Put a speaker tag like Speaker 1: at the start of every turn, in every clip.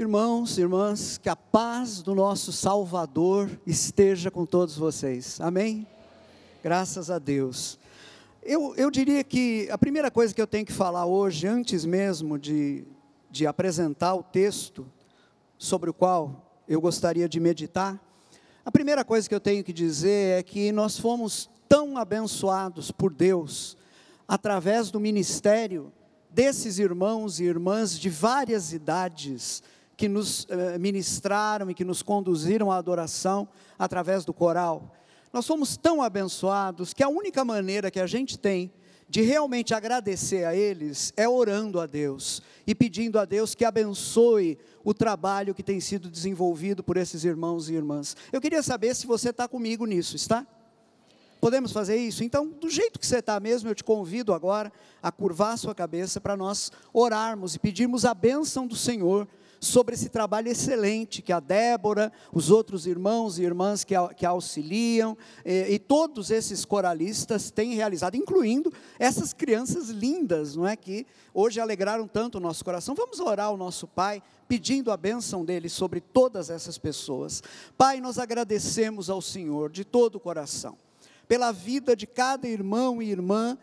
Speaker 1: Irmãos, irmãs, que a paz do nosso Salvador esteja com todos vocês, amém? Graças a Deus. Eu diria que a primeira coisa que eu tenho que falar hoje, antes mesmo de apresentar o texto sobre o qual eu gostaria de meditar, a primeira coisa que eu tenho que dizer é que nós fomos tão abençoados por Deus, através do ministério desses irmãos e irmãs de várias idades, que nos ministraram e que nos conduziram à adoração através do coral. Nós fomos tão abençoados que a única maneira que a gente tem de realmente agradecer a eles é orando a Deus e pedindo a Deus que abençoe o trabalho que tem sido desenvolvido por esses irmãos e irmãs. Eu queria saber se você está comigo nisso, está? Podemos fazer isso? Então, do jeito que você está mesmo, eu te convido agora a curvar a sua cabeça para nós orarmos e pedirmos a bênção do Senhor sobre esse trabalho excelente que a Débora, os outros irmãos e irmãs que auxiliam, e todos esses coralistas têm realizado, incluindo essas crianças lindas, não é, que hoje alegraram tanto o nosso coração. Vamos orar ao nosso Pai, pedindo a bênção dele sobre todas essas pessoas. Pai, nós agradecemos ao Senhor de todo o coração, pela vida de cada irmão e irmã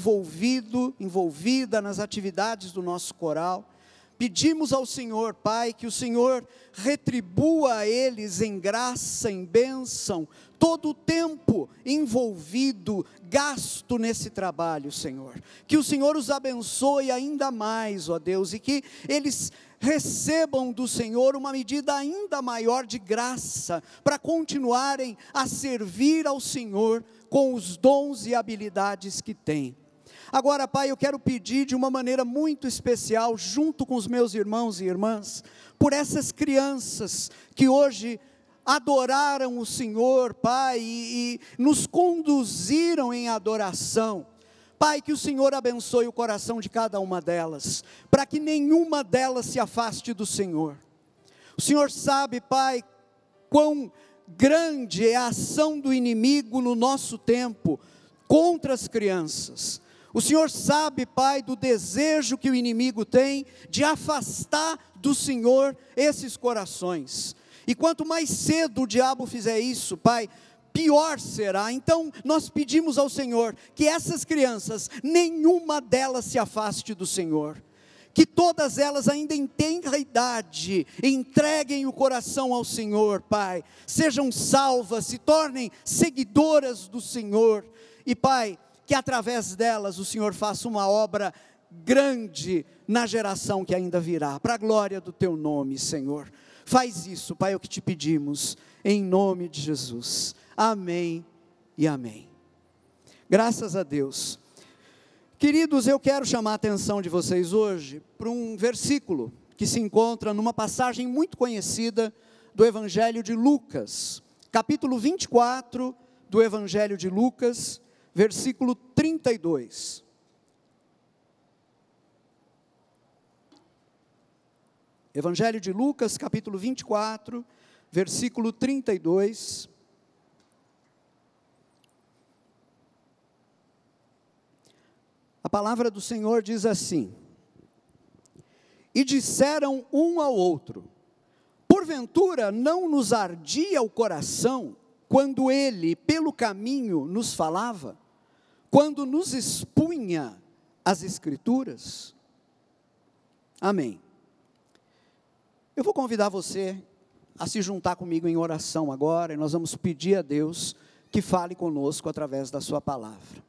Speaker 1: envolvida nas atividades do nosso coral. Pedimos ao Senhor, Pai, que o Senhor retribua a eles em graça, em bênção, todo o tempo envolvido, gasto nesse trabalho, Senhor. Que o Senhor os abençoe ainda mais, ó Deus, e que eles recebam do Senhor uma medida ainda maior de graça, para continuarem a servir ao Senhor com os dons e habilidades que têm. Agora, Pai, eu quero pedir de uma maneira muito especial, junto com os meus irmãos e irmãs, por essas crianças que hoje adoraram o Senhor, Pai, e nos conduziram em adoração. Pai, que o Senhor abençoe o coração de cada uma delas, para que nenhuma delas se afaste do Senhor. O Senhor sabe, Pai, quão grande é a ação do inimigo no nosso tempo, contra as crianças. O Senhor sabe, Pai, do desejo que o inimigo tem de afastar do Senhor esses corações. E quanto mais cedo o diabo fizer isso, Pai, pior será. Então nós pedimos ao Senhor que essas crianças, nenhuma delas se afaste do Senhor. Que todas elas ainda em tenra idade, entreguem o coração ao Senhor, Pai. Sejam salvas, se tornem seguidoras do Senhor. E Pai, que através delas o Senhor faça uma obra grande na geração que ainda virá, para a glória do Teu nome, Senhor. Faz isso, Pai, é o que te pedimos, em nome de Jesus. Amém e amém. Graças a Deus. Queridos, eu quero chamar a atenção de vocês hoje para um versículo que se encontra numa passagem muito conhecida do Evangelho de Lucas, capítulo 24 do Evangelho de Lucas, versículo 32. Evangelho de Lucas, capítulo 24, versículo 32. A palavra do Senhor diz assim: E disseram um ao outro: Porventura não nos ardia o coração quando ele, pelo caminho, nos falava, quando nos expunha as Escrituras? Amém. Eu vou convidar você a se juntar comigo em oração agora, e nós vamos pedir a Deus que fale conosco através da sua palavra.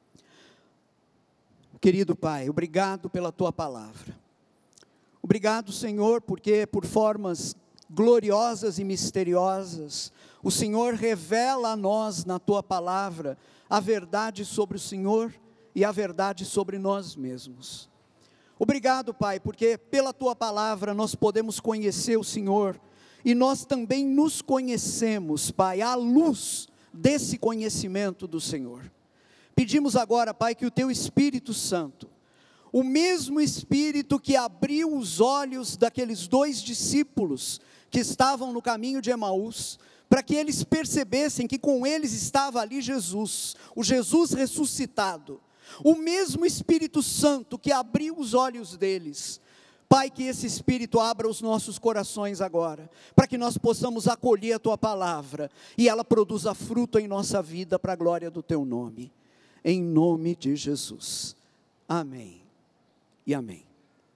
Speaker 1: Querido Pai, obrigado pela tua palavra. Obrigado, Senhor, porque por formas gloriosas e misteriosas, o Senhor revela a nós na tua palavra a verdade sobre o Senhor e a verdade sobre nós mesmos. Obrigado, Pai, porque pela tua palavra nós podemos conhecer o Senhor e nós também nos conhecemos, Pai, à luz desse conhecimento do Senhor. Pedimos agora, Pai, que o teu Espírito Santo, o mesmo Espírito que abriu os olhos daqueles 2 discípulos que estavam no caminho de Emaús, para que eles percebessem que com eles estava ali Jesus, o Jesus ressuscitado, o mesmo Espírito Santo que abriu os olhos deles, Pai, que esse Espírito abra os nossos corações agora, para que nós possamos acolher a Tua palavra, e ela produza fruto em nossa vida, para a glória do Teu nome, em nome de Jesus, amém e amém.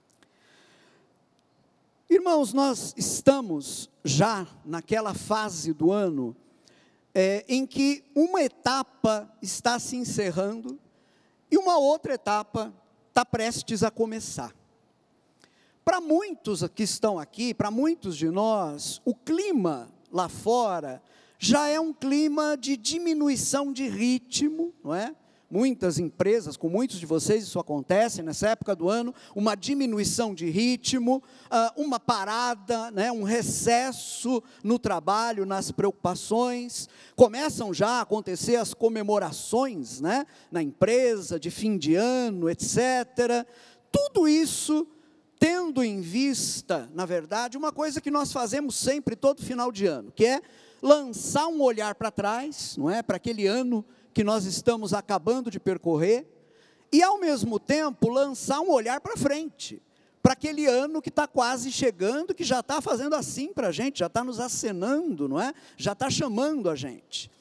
Speaker 1: Irmãos, nós estamos já naquela fase do ano, em que uma etapa está se encerrando, e uma outra etapa está prestes a começar. Para muitos que estão aqui, para muitos de nós, o clima lá fora já é um clima de diminuição de ritmo, não é? Muitas empresas, com muitos de vocês isso acontece nessa época do ano, uma diminuição de ritmo, uma parada, né, um recesso no trabalho, nas preocupações. Começam já a acontecer as comemorações, né, na empresa, de fim de ano, etc. Tudo isso tendo em vista, na verdade, uma coisa que nós fazemos sempre, todo final de ano, que é lançar um olhar para trás, não é? Para aquele ano que nós estamos acabando de percorrer, e ao mesmo tempo lançar um olhar para frente, para aquele ano que está quase chegando, que já está fazendo assim para a gente, já está nos acenando, não é? Já está chamando a gente.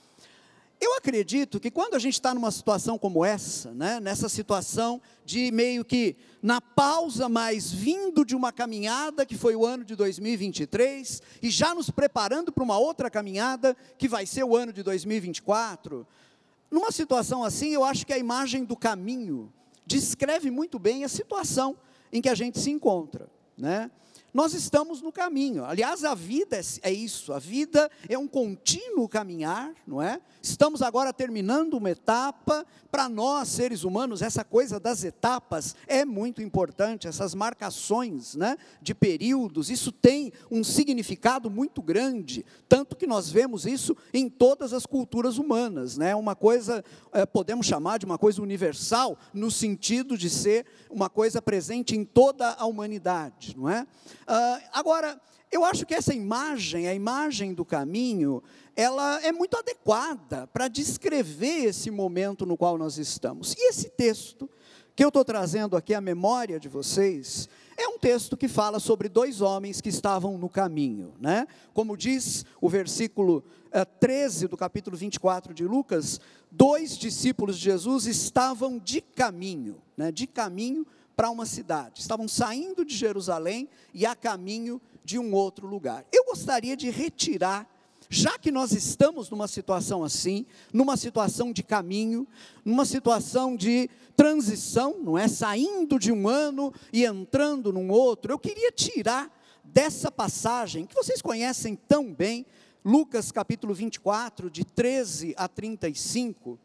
Speaker 1: Eu acredito que quando a gente está numa situação como essa, né, nessa situação de meio que na pausa, mas vindo de uma caminhada que foi o ano de 2023, e já nos preparando para uma outra caminhada que vai ser o ano de 2024, numa situação assim, eu acho que a imagem do caminho descreve muito bem a situação em que a gente se encontra, né? Nós estamos no caminho. Aliás, a vida é isso, a vida é um contínuo caminhar, não é? Estamos agora terminando uma etapa. Para nós, seres humanos, essa coisa das etapas é muito importante, essas marcações, né, de períodos, isso tem um significado muito grande, tanto que nós vemos isso em todas as culturas humanas, né? Uma coisa, podemos chamar de uma coisa universal, no sentido de ser uma coisa presente em toda a humanidade, não é? Agora, eu acho que essa imagem, a imagem do caminho, ela é muito adequada para descrever esse momento no qual nós estamos. E esse texto que eu estou trazendo aqui à memória de vocês, é um texto que fala sobre dois homens que estavam no caminho, né? Como diz o versículo 13 do capítulo 24 de Lucas, dois discípulos de Jesus estavam de caminho, né? De caminho para uma cidade, estavam saindo de Jerusalém e a caminho de um outro lugar. Eu gostaria de retirar, já que nós estamos numa situação assim, numa situação de caminho, numa situação de transição, não é? Saindo de um ano e entrando num outro, eu queria tirar dessa passagem, que vocês conhecem tão bem, Lucas capítulo 24, de 13 a 35,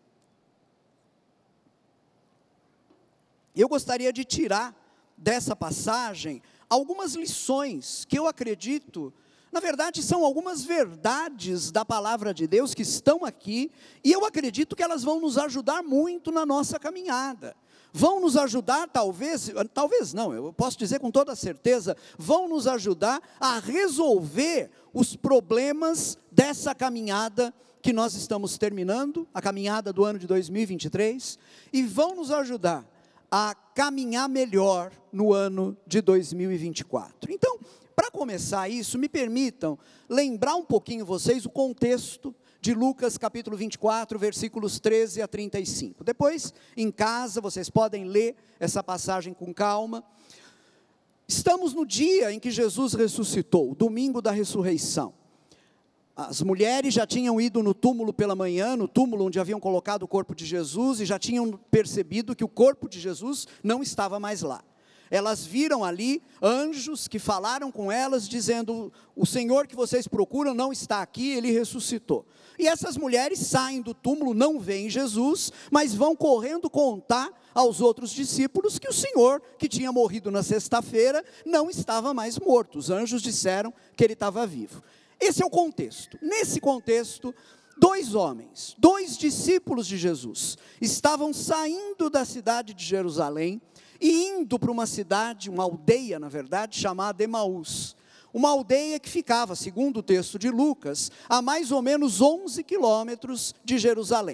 Speaker 1: eu gostaria de tirar dessa passagem algumas lições que eu acredito, na verdade são algumas verdades da palavra de Deus que estão aqui, e eu acredito que elas vão nos ajudar muito na nossa caminhada. Vão nos ajudar, talvez não, eu posso dizer com toda certeza, vão nos ajudar a resolver os problemas dessa caminhada que nós estamos terminando, a caminhada do ano de 2023, e vão nos ajudar a caminhar melhor no ano de 2024. Então, para começar isso, me permitam lembrar um pouquinho vocês o contexto de Lucas capítulo 24, versículos 13 a 35. Depois, em casa, vocês podem ler essa passagem com calma. Estamos no dia em que Jesus ressuscitou, domingo da ressurreição. As mulheres já tinham ido no túmulo pela manhã, no túmulo onde haviam colocado o corpo de Jesus, e já tinham percebido que o corpo de Jesus não estava mais lá. Elas viram ali anjos que falaram com elas, dizendo: o Senhor que vocês procuram não está aqui, Ele ressuscitou. E essas mulheres saem do túmulo, não veem Jesus, mas vão correndo contar aos outros discípulos que o Senhor, que tinha morrido na sexta-feira, não estava mais morto. Os anjos disseram que Ele estava vivo. Esse é o contexto. Nesse contexto, dois homens, dois discípulos de Jesus, estavam saindo da cidade de Jerusalém e indo para uma cidade, uma aldeia, na verdade, chamada Emaús. Uma aldeia que ficava, segundo o texto de Lucas, a mais ou menos 11 quilômetros de Jerusalém.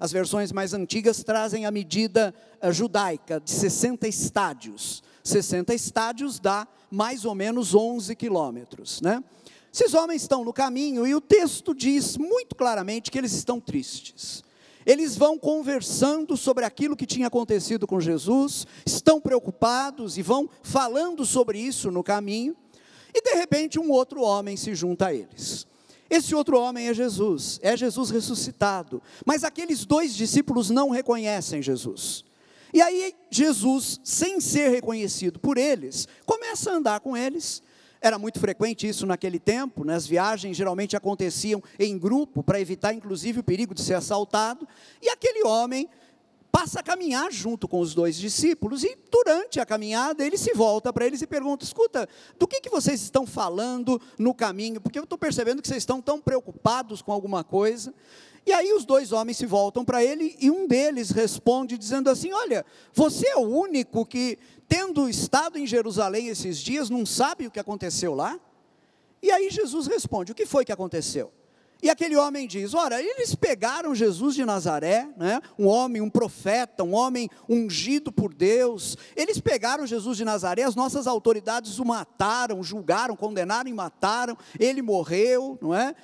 Speaker 1: As versões mais antigas trazem a medida judaica de 60 estádios. 60 estádios dá mais ou menos 11 quilômetros, né? Esses homens estão no caminho e o texto diz muito claramente que eles estão tristes. Eles vão conversando sobre aquilo que tinha acontecido com Jesus, estão preocupados e vão falando sobre isso no caminho, e de repente um outro homem se junta a eles. Esse outro homem é Jesus ressuscitado, mas aqueles dois discípulos não reconhecem Jesus. E aí Jesus, sem ser reconhecido por eles, começa a andar com eles. Era muito frequente isso naquele tempo, né? As viagens geralmente aconteciam em grupo, para evitar inclusive o perigo de ser assaltado, e aquele homem passa a caminhar junto com os dois discípulos, e durante a caminhada ele se volta para eles e pergunta: escuta, do que vocês estão falando no caminho? Porque eu estou percebendo que vocês estão tão preocupados com alguma coisa. E aí os dois homens se voltam para ele, e um deles responde dizendo assim: olha, você é o único que, tendo estado em Jerusalém esses dias, não sabe o que aconteceu lá? E aí Jesus responde: o que foi que aconteceu? E aquele homem diz: ora, eles pegaram Jesus de Nazaré, né, um homem, um profeta, um homem ungido por Deus. Eles pegaram Jesus de Nazaré, as nossas autoridades o mataram, julgaram, condenaram e mataram. Ele morreu, não é?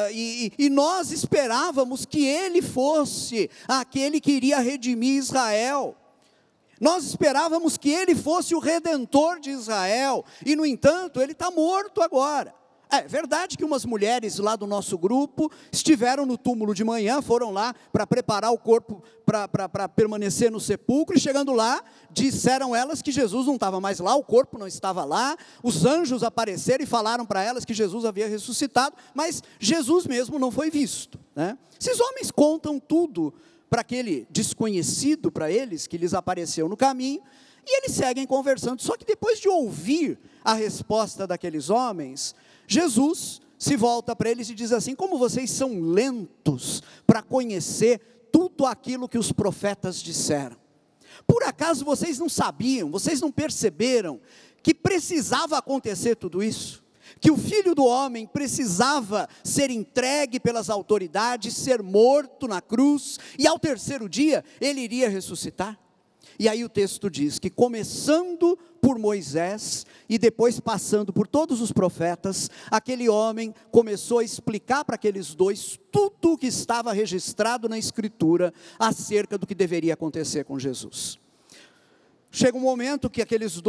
Speaker 1: E nós esperávamos que ele fosse aquele que iria redimir Israel. Nós esperávamos que ele fosse o redentor de Israel, e no entanto ele está morto agora. É verdade que umas mulheres lá do nosso grupo estiveram no túmulo de manhã, foram lá para preparar o corpo para permanecer no sepulcro, e chegando lá, disseram elas que Jesus não estava mais lá, o corpo não estava lá, os anjos apareceram e falaram para elas que Jesus havia ressuscitado, mas Jesus mesmo não foi visto, né? Esses homens contam tudo para aquele desconhecido para eles, que lhes apareceu no caminho, e eles seguem conversando. Só que depois de ouvir a resposta daqueles homens, Jesus se volta para eles e diz assim: como vocês são lentos para conhecer tudo aquilo que os profetas disseram. Por acaso vocês não sabiam, vocês não perceberam que precisava acontecer tudo isso? Que o Filho do Homem precisava ser entregue pelas autoridades, ser morto na cruz, e ao terceiro dia ele iria ressuscitar? E aí o texto diz que, começando por Moisés e depois passando por todos os profetas, aquele homem começou a explicar para aqueles dois tudo o que estava registrado na Escritura acerca do que deveria acontecer com Jesus. Chega um momento que aqueles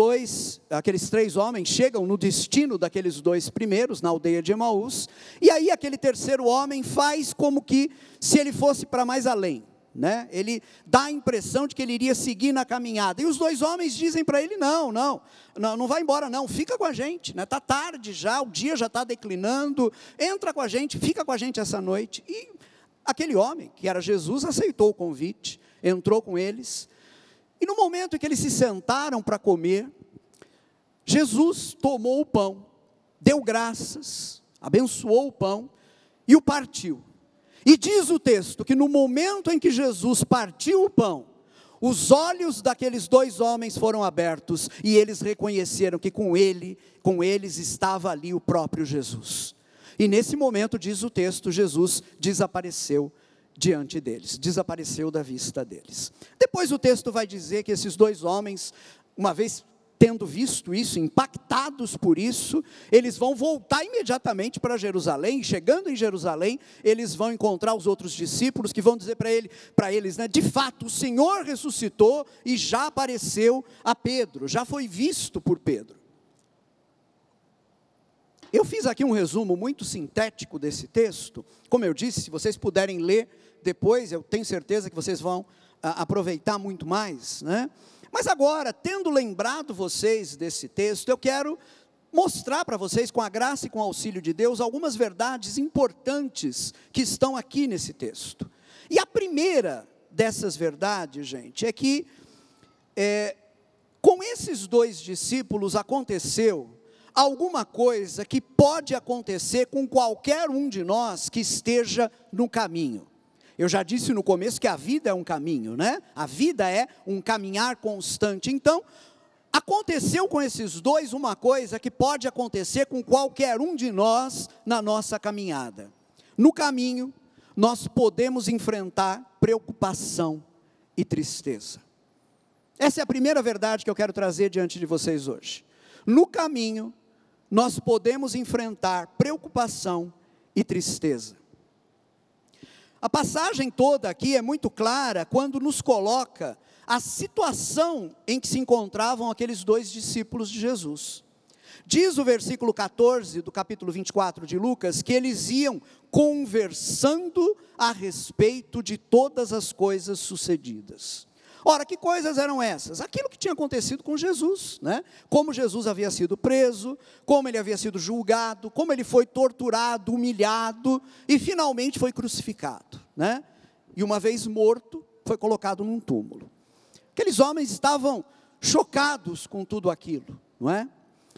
Speaker 1: três homens chegam no destino daqueles dois primeiros, na aldeia de Emaús, e aí aquele terceiro homem faz como que se ele fosse para mais além, né? Ele dá a impressão de que ele iria seguir na caminhada, e os dois homens dizem para ele: não vai embora não, fica com a gente, né? Está tarde já, o dia já está declinando, entra com a gente, fica com a gente essa noite. E aquele homem, que era Jesus, aceitou o convite, entrou com eles, e no momento em que eles se sentaram para comer, Jesus tomou o pão, deu graças, abençoou o pão e o partiu. E diz o texto que no momento em que Jesus partiu o pão, os olhos daqueles dois homens foram abertos, e eles reconheceram que com eles estava ali o próprio Jesus. E nesse momento, diz o texto, Jesus desapareceu diante deles, desapareceu da vista deles. Depois o texto vai dizer que esses dois homens, uma vez tendo visto isso, impactados por isso, eles vão voltar imediatamente para Jerusalém. Chegando em Jerusalém, eles vão encontrar os outros discípulos, que vão dizer para eles, né, de fato, o Senhor ressuscitou e já apareceu a Pedro, já foi visto por Pedro. Eu fiz aqui um resumo muito sintético desse texto. Como eu disse, se vocês puderem ler depois, eu tenho certeza que vocês vão aproveitar muito mais, né? Mas agora, tendo lembrado vocês desse texto, eu quero mostrar para vocês, com a graça e com o auxílio de Deus, algumas verdades importantes que estão aqui nesse texto. E a primeira dessas verdades, gente, é que com esses dois discípulos aconteceu alguma coisa que pode acontecer com qualquer um de nós que esteja no caminho. Eu já disse no começo que a vida é um caminho, né? A vida é um caminhar constante. Então, aconteceu com esses dois uma coisa que pode acontecer com qualquer um de nós na nossa caminhada. No caminho, nós podemos enfrentar preocupação e tristeza. Essa é a primeira verdade que eu quero trazer diante de vocês hoje. No caminho, nós podemos enfrentar preocupação e tristeza. A passagem toda aqui é muito clara quando nos coloca a situação em que se encontravam aqueles dois discípulos de Jesus. Diz o versículo 14 do capítulo 24 de Lucas, que eles iam conversando a respeito de todas as coisas sucedidas. Ora, que coisas eram essas? Aquilo que tinha acontecido com Jesus, né? Como Jesus havia sido preso, como ele havia sido julgado, como ele foi torturado, humilhado e finalmente foi crucificado, né? E uma vez morto, foi colocado num túmulo. Aqueles homens estavam chocados com tudo aquilo, não é?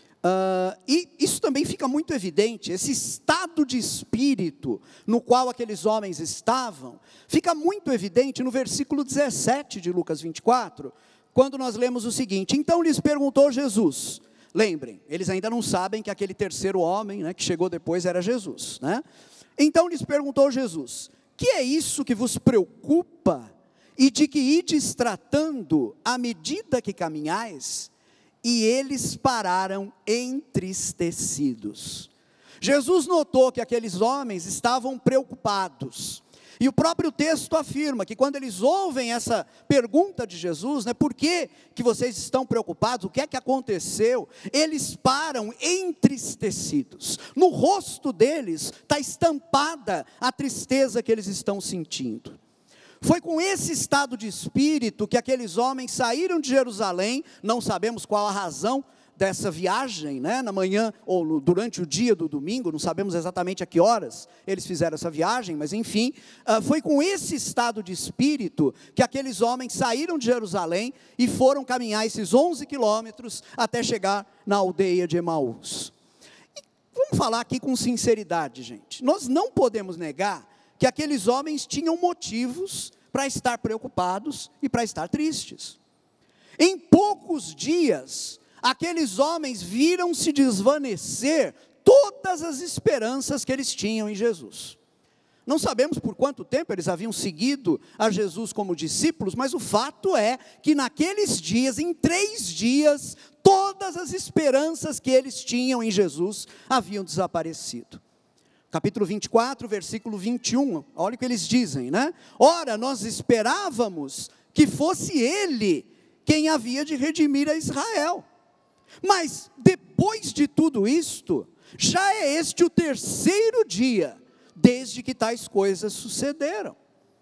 Speaker 1: E isso também fica muito evidente, esse estado de espírito no qual aqueles homens estavam, fica muito evidente no versículo 17 de Lucas 24, quando nós lemos o seguinte: então lhes perguntou Jesus, lembrem, eles ainda não sabem que aquele terceiro homem, né, que chegou depois era Jesus, né? Então lhes perguntou Jesus, que é isso que vos preocupa, e de que ides tratando à medida que caminhais? E eles pararam entristecidos. Jesus notou que aqueles homens estavam preocupados. E o próprio texto afirma que quando eles ouvem essa pergunta de Jesus, né, por que vocês estão preocupados, o que é que aconteceu? Eles param entristecidos. No rosto deles está estampada a tristeza que eles estão sentindo. Foi com esse estado de espírito que aqueles homens saíram de Jerusalém, não sabemos qual a razão dessa viagem, né, na manhã ou durante o dia do domingo, não sabemos exatamente a que horas eles fizeram essa viagem, mas enfim, foi com esse estado de espírito que aqueles homens saíram de Jerusalém e foram caminhar esses 11 quilômetros até chegar na aldeia de Emaús. E vamos falar aqui com sinceridade, gente, nós não podemos negar que aqueles homens tinham motivos para estar preocupados e para estar tristes. Em poucos dias, aqueles homens viram se desvanecer todas as esperanças que eles tinham em Jesus. Não sabemos por quanto tempo eles haviam seguido a Jesus como discípulos, mas o fato é que naqueles dias, em 3 dias, todas as esperanças que eles tinham em Jesus haviam desaparecido. Capítulo 24, versículo 21, olha o que eles dizem, né? Ora, nós esperávamos que fosse ele quem havia de redimir a Israel. Mas, depois de tudo isto, já é este o 3º dia, desde que tais coisas sucederam.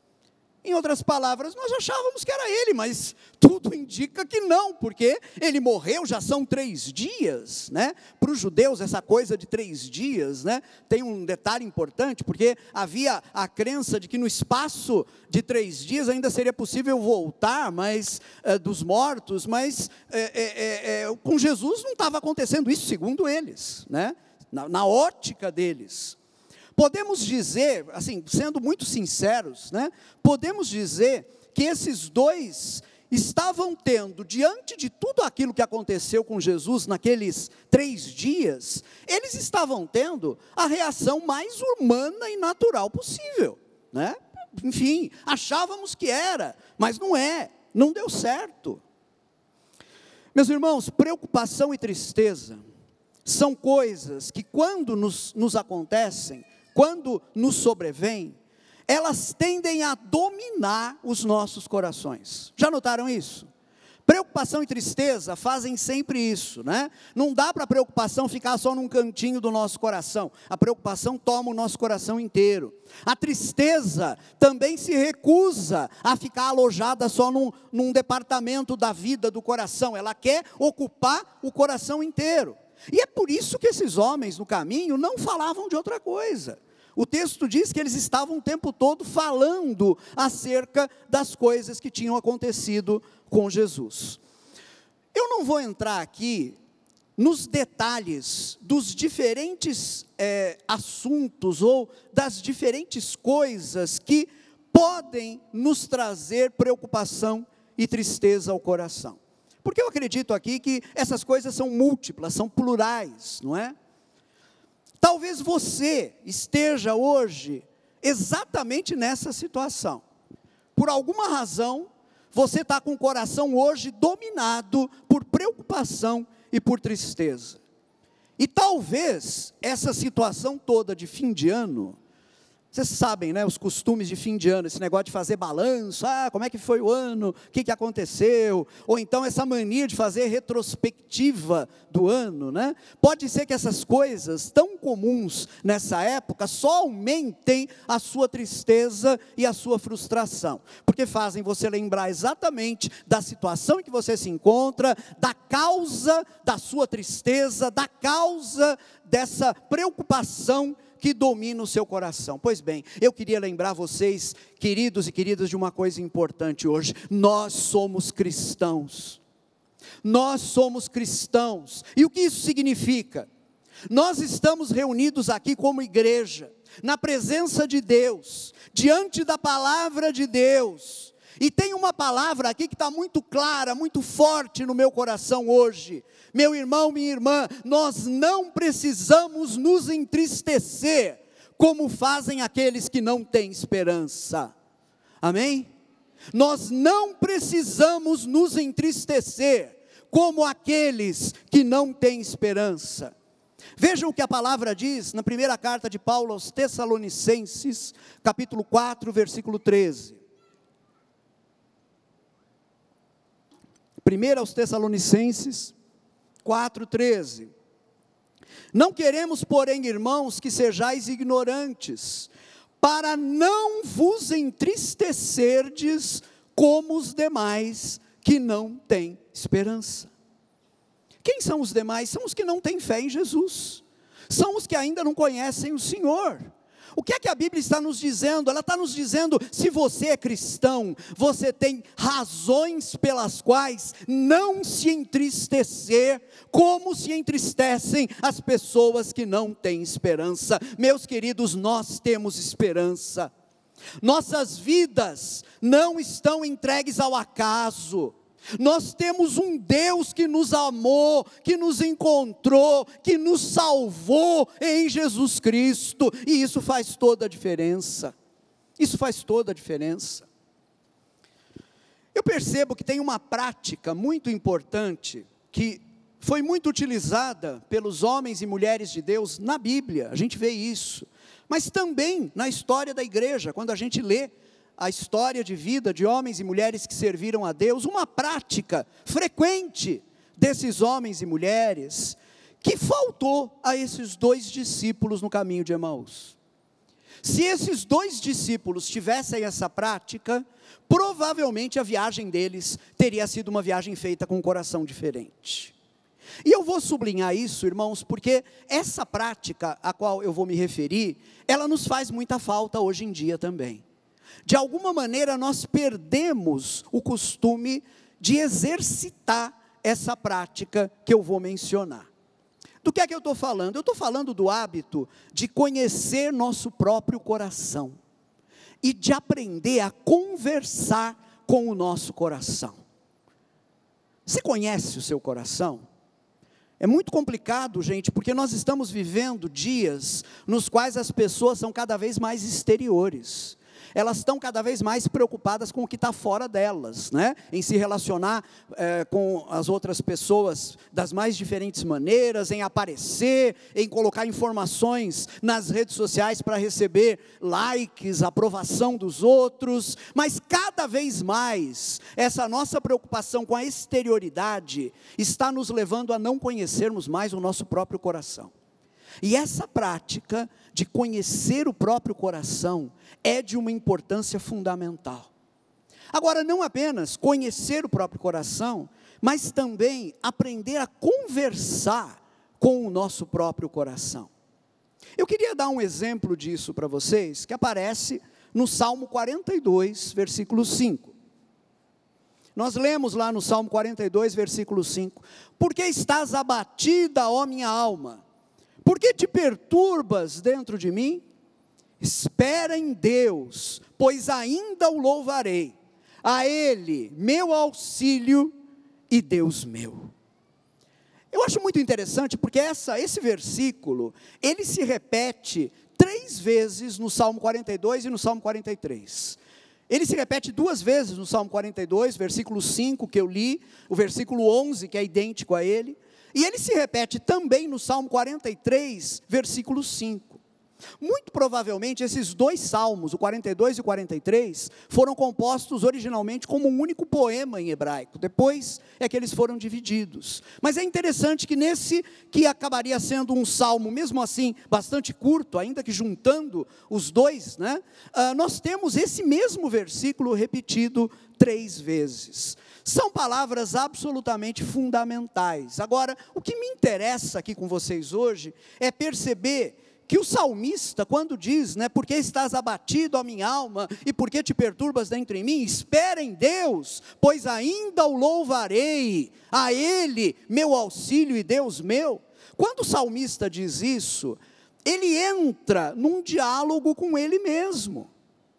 Speaker 1: Em outras palavras, nós achávamos que era ele, mas tudo indica que não, porque ele morreu, já são 3 dias, né? Para os judeus, essa coisa de 3 dias, né, tem um detalhe importante, porque havia a crença de que no espaço de 3 dias ainda seria possível voltar dos mortos, mas com Jesus não estava acontecendo isso, segundo eles, né? Na ótica deles. Podemos dizer, assim, sendo muito sinceros, né, podemos dizer que esses dois estavam tendo, diante de tudo aquilo que aconteceu com Jesus naqueles 3 dias, eles estavam tendo a reação mais humana e natural possível, né? Enfim, achávamos que era, mas não é, não deu certo. Meus irmãos, preocupação e tristeza são coisas que quando nos acontecem, quando nos sobrevêm, elas tendem a dominar os nossos corações. Já notaram isso? Preocupação e tristeza fazem sempre isso, né? Não dá para a preocupação ficar só num cantinho do nosso coração. A preocupação toma o nosso coração inteiro. A tristeza também se recusa a ficar alojada só num departamento da vida do coração. Ela quer ocupar o coração inteiro. E é por isso que esses homens no caminho não falavam de outra coisa. O texto diz que eles estavam o tempo todo falando acerca das coisas que tinham acontecido com Jesus. Eu não vou entrar aqui nos detalhes dos diferentes assuntos ou das diferentes coisas que podem nos trazer preocupação e tristeza ao coração. Porque eu acredito aqui que essas coisas são múltiplas, são plurais, não é? Talvez você esteja hoje exatamente nessa situação. por alguma razão, você está com o coração hoje dominado por preocupação e por tristeza. E talvez essa situação toda de fim de ano, vocês sabem, né, os costumes de fim de ano, esse negócio de fazer balanço, como é que foi o ano, o que aconteceu, ou então essa mania de fazer retrospectiva do ano, né? Pode ser que essas coisas tão comuns nessa época só aumentem a sua tristeza e a sua frustração, porque fazem você lembrar exatamente da situação em que você se encontra, da causa da sua tristeza, da causa dessa preocupação que domina o seu coração. Pois bem, eu queria lembrar vocês, queridos e queridas, de uma coisa importante hoje: nós somos cristãos. Nós somos cristãos. E o que isso significa? Nós estamos reunidos aqui como igreja, na presença de Deus, diante da palavra de Deus. E tem uma palavra aqui que está muito clara, muito forte no meu coração hoje. Meu irmão, minha irmã, nós não precisamos nos entristecer, como fazem aqueles que não têm esperança. Amém? Nós não precisamos nos entristecer, como aqueles que não têm esperança. Vejam o que a palavra diz na primeira carta de Paulo aos Tessalonicenses, capítulo 4, versículo 13. 1 aos Tessalonicenses 4,13. Não queremos, porém, irmãos, que sejais ignorantes, para não vos entristecerdes como os demais que não têm esperança. Quem são os demais? São os que não têm fé em Jesus, são os que ainda não conhecem o Senhor. O que é que a Bíblia está nos dizendo? Ela está nos dizendo, se você é cristão, você tem razões pelas quais não se entristecer, como se entristecem as pessoas que não têm esperança. Meus queridos, nós temos esperança. Nossas vidas não estão entregues ao acaso. Nós temos um Deus que nos amou, que nos encontrou, que nos salvou em Jesus Cristo, e isso faz toda a diferença. Isso faz toda a diferença. Eu percebo que tem uma prática muito importante, que foi muito utilizada pelos homens e mulheres de Deus na Bíblia, a gente vê isso, mas também na história da igreja, quando a gente lê a história de vida de homens e mulheres que serviram a Deus, uma prática frequente desses homens e mulheres, que faltou a esses 2 discípulos no caminho de Emaús. Se esses 2 discípulos tivessem essa prática, provavelmente a viagem deles teria sido uma viagem feita com um coração diferente. E eu vou sublinhar isso, irmãos, porque essa prática a qual eu vou me referir, ela nos faz muita falta hoje em dia também. De alguma maneira nós perdemos o costume de exercitar essa prática que eu vou mencionar. Do que é que eu estou falando? Eu estou falando do hábito de conhecer nosso próprio coração e de aprender a conversar com o nosso coração. Você conhece o seu coração? É muito complicado, gente, porque nós estamos vivendo dias nos quais as pessoas são cada vez mais exteriores. Elas estão cada vez mais preocupadas com o que está fora delas, né? Em se relacionar com as outras pessoas das mais diferentes maneiras, em aparecer, em colocar informações nas redes sociais para receber likes, aprovação dos outros, mas cada vez mais, essa nossa preocupação com a exterioridade está nos levando a não conhecermos mais o nosso próprio coração. E essa prática de conhecer o próprio coração é de uma importância fundamental. Agora, não apenas conhecer o próprio coração, mas também aprender a conversar com o nosso próprio coração. Eu queria dar um exemplo disso para vocês, que aparece no Salmo 42, versículo 5. Nós lemos lá no Salmo 42, versículo 5: Por que estás abatida, ó minha alma? Por que te perturbas dentro de mim? Espera em Deus, pois ainda o louvarei, a Ele, meu auxílio e Deus meu. Eu acho muito interessante, porque esse versículo, ele se repete 3 vezes no Salmo 42 e no Salmo 43. Ele se repete 2 vezes no Salmo 42, versículo 5 que eu li, o versículo 11 que é idêntico a ele, e ele se repete também no Salmo 43, versículo 5. Muito provavelmente esses 2 salmos, o 42 e o 43, foram compostos originalmente como um único poema em hebraico, depois é que eles foram divididos. Mas é interessante que nesse, que acabaria sendo um salmo, mesmo assim, bastante curto, ainda que juntando os 2, né, nós temos esse mesmo versículo repetido 3 vezes. São palavras absolutamente fundamentais. Agora, o que me interessa aqui com vocês hoje é perceber que o salmista, quando diz, né, porque estás abatido, a minha alma, e porque te perturbas dentro em mim, espera em Deus, pois ainda o louvarei, a Ele, meu auxílio e Deus meu. Quando o salmista diz isso, ele entra num diálogo com ele mesmo.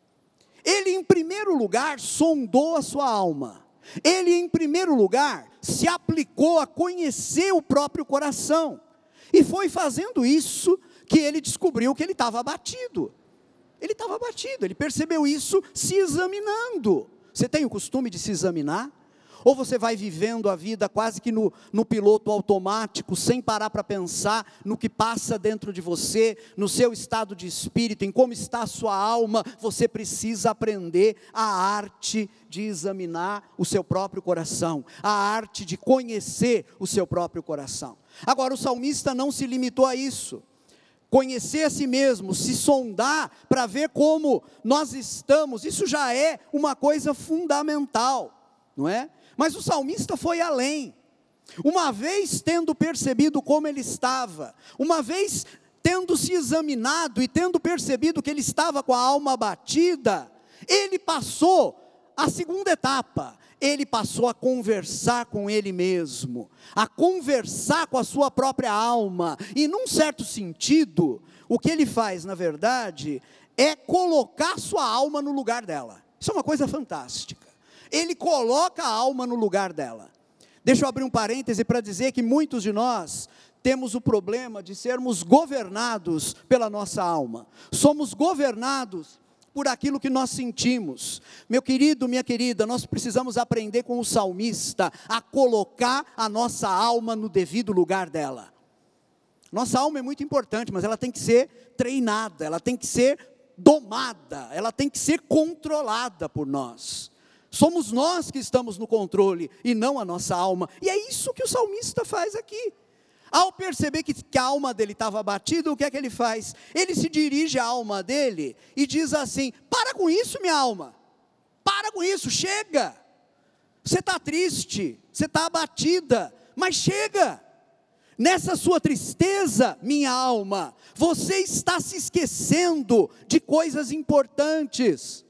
Speaker 1: Ele, em primeiro lugar, sondou a sua alma. Ele, em primeiro lugar, se aplicou a conhecer o próprio coração. E foi fazendo isso que ele descobriu que ele estava abatido. Ele estava abatido, ele percebeu isso se examinando. Você tem o costume de se examinar? Ou você vai vivendo a vida quase que no piloto automático, sem parar para pensar no que passa dentro de você, no seu estado de espírito, em como está a sua alma? Você precisa aprender a arte de examinar o seu próprio coração, a arte de conhecer o seu próprio coração. Agora, o salmista não se limitou a isso. Conhecer a si mesmo, se sondar para ver como nós estamos, isso já é uma coisa fundamental, não é? Mas o salmista foi além. Uma vez tendo percebido como ele estava, uma vez tendo se examinado e tendo percebido que ele estava com a alma abatida, ele passou a segunda etapa. Ele passou a conversar com ele mesmo, a conversar com a sua própria alma, e num certo sentido, o que ele faz, na verdade, é colocar sua alma no lugar dela. Isso é uma coisa fantástica. Ele coloca a alma no lugar dela. Deixa eu abrir um parêntese para dizer que muitos de nós temos o problema de sermos governados pela nossa alma. Somos governados por aquilo que nós sentimos. Meu querido, minha querida, nós precisamos aprender com o salmista a colocar a nossa alma no devido lugar dela. Nossa alma é muito importante, mas ela tem que ser treinada, ela tem que ser domada, ela tem que ser controlada por nós. Somos nós que estamos no controle e não a nossa alma. E é isso que o salmista faz aqui. Ao perceber que a alma dele estava abatida, o que é que ele faz? Ele se dirige à alma dele e diz assim: para com isso, minha alma, para com isso, chega. Você está triste, você está abatida, mas chega. Nessa sua tristeza, minha alma, você está se esquecendo de coisas importantes.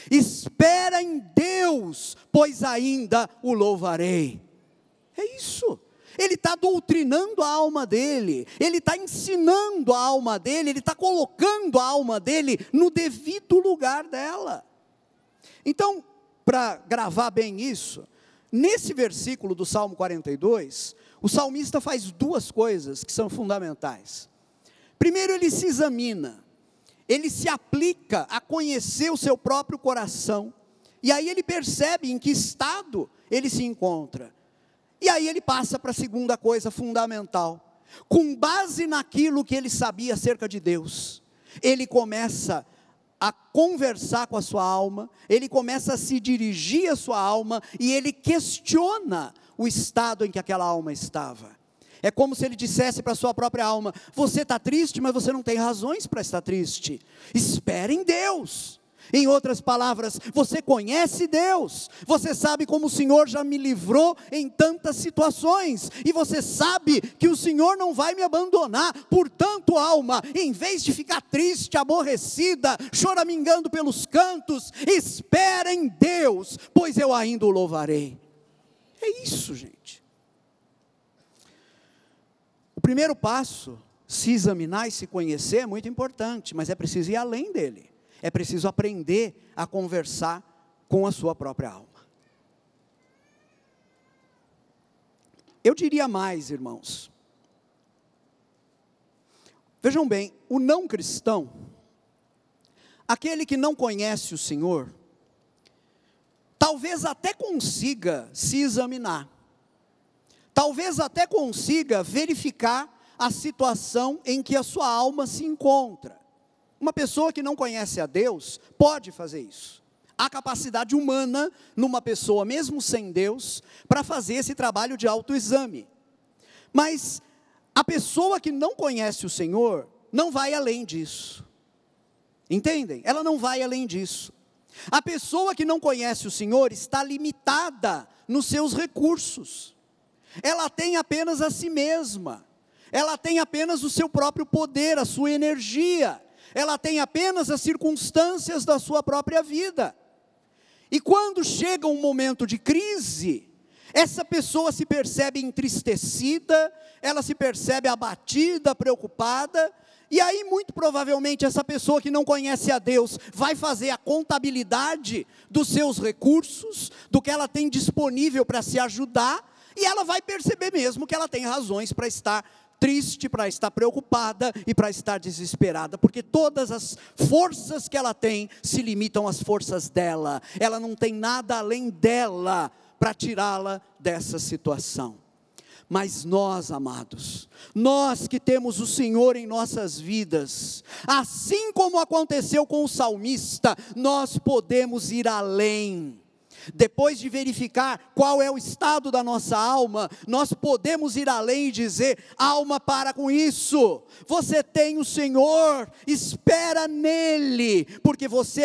Speaker 1: Espera em Deus, pois ainda o louvarei. É isso. Ele está doutrinando a alma dele, ele está ensinando a alma dele, ele está colocando a alma dele no devido lugar dela. Então, para gravar bem isso, nesse versículo do Salmo 42, o salmista faz 2 coisas que são fundamentais. Primeiro, ele se examina, ele se aplica a conhecer o seu próprio coração, e aí ele percebe em que estado ele se encontra. E aí ele passa para a segunda coisa fundamental. Com base naquilo que ele sabia acerca de Deus, ele começa a conversar com a sua alma, ele começa a se dirigir à sua alma, e ele questiona o estado em que aquela alma estava. É como se ele dissesse para a sua própria alma: você está triste, mas você não tem razões para estar triste. Espere em Deus. Em outras palavras, você conhece Deus, você sabe como o Senhor já me livrou em tantas situações, e você sabe que o Senhor não vai me abandonar. Portanto, alma, em vez de ficar triste, aborrecida, choramingando pelos cantos, espera em Deus, pois eu ainda o louvarei. É isso, gente. O primeiro passo, se examinar e se conhecer, é muito importante, mas é preciso ir além dele. É preciso aprender a conversar com a sua própria alma. Eu diria mais, irmãos. Vejam bem, o não cristão, aquele que não conhece o Senhor, talvez até consiga se examinar, talvez até consiga verificar a situação em que a sua alma se encontra. Uma pessoa que não conhece a Deus pode fazer isso. Há capacidade humana numa pessoa, mesmo sem Deus, para fazer esse trabalho de autoexame. Mas a pessoa que não conhece o Senhor não vai além disso. Entendem? Ela não vai além disso. A pessoa que não conhece o Senhor está limitada nos seus recursos. Ela tem apenas a si mesma. Ela tem apenas o seu próprio poder, a sua energia. Ela tem apenas as circunstâncias da sua própria vida. E quando chega um momento de crise, essa pessoa se percebe entristecida, ela se percebe abatida, preocupada, e aí muito provavelmente essa pessoa que não conhece a Deus vai fazer a contabilidade dos seus recursos, do que ela tem disponível para se ajudar, e ela vai perceber mesmo que ela tem razões para estar triste, para estar preocupada e para estar desesperada, porque todas as forças que ela tem se limitam às forças dela, ela não tem nada além dela para tirá-la dessa situação. Mas nós, amados, nós que temos o Senhor em nossas vidas, assim como aconteceu com o salmista, nós podemos ir além. Depois de verificar qual é o estado da nossa alma, nós podemos ir além e dizer: alma, para com isso, você tem o Senhor, espera nele, porque você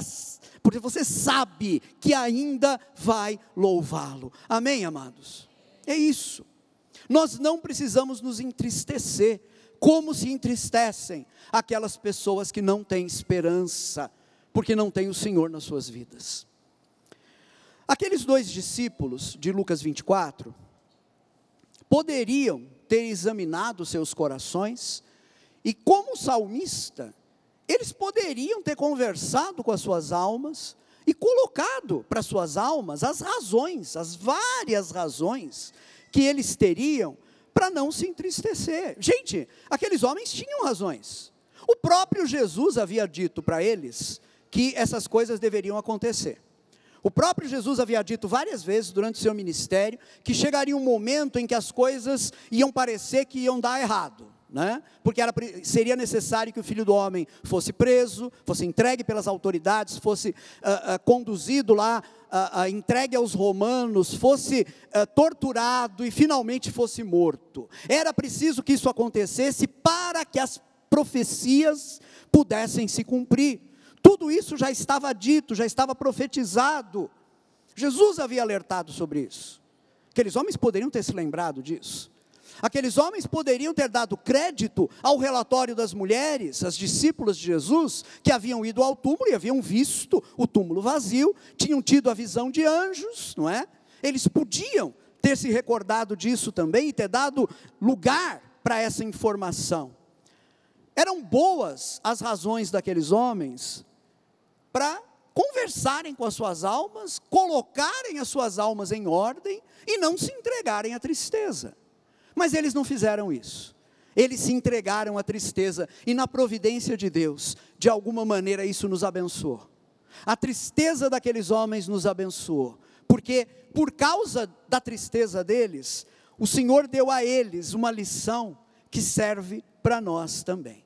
Speaker 1: sabe que ainda vai louvá-lo. Amém, amados? É isso. Nós não precisamos nos entristecer, como se entristecem aquelas pessoas que não têm esperança, porque não têm o Senhor nas suas vidas. Aqueles 2 discípulos de Lucas 24, poderiam ter examinado seus corações, e como salmista, eles poderiam ter conversado com as suas almas, e colocado para suas almas as razões, as várias razões, que eles teriam para não se entristecer. Gente, aqueles homens tinham razões. O próprio Jesus havia dito para eles, que essas coisas deveriam acontecer. O próprio Jesus havia dito várias vezes durante o seu ministério, que chegaria um momento em que as coisas iam parecer que iam dar errado, né? Porque seria necessário que o Filho do Homem fosse preso, fosse entregue pelas autoridades, fosse conduzido lá, entregue aos romanos, fosse torturado e finalmente fosse morto. Era preciso que isso acontecesse para que as profecias pudessem se cumprir. Tudo isso já estava dito, já estava profetizado. Jesus havia alertado sobre isso. Aqueles homens poderiam ter se lembrado disso. Aqueles homens poderiam ter dado crédito ao relatório das mulheres, as discípulas de Jesus, que haviam ido ao túmulo e haviam visto o túmulo vazio, tinham tido a visão de anjos, não é? Eles podiam ter se recordado disso também e ter dado lugar para essa informação. Eram boas as razões daqueles homens para conversarem com as suas almas, colocarem as suas almas em ordem e não se entregarem à tristeza. Mas eles não fizeram isso. Eles se entregaram à tristeza e na providência de Deus, de alguma maneira isso nos abençoou. A tristeza daqueles homens nos abençoou, porque por causa da tristeza deles, o Senhor deu a eles uma lição que serve para nós também.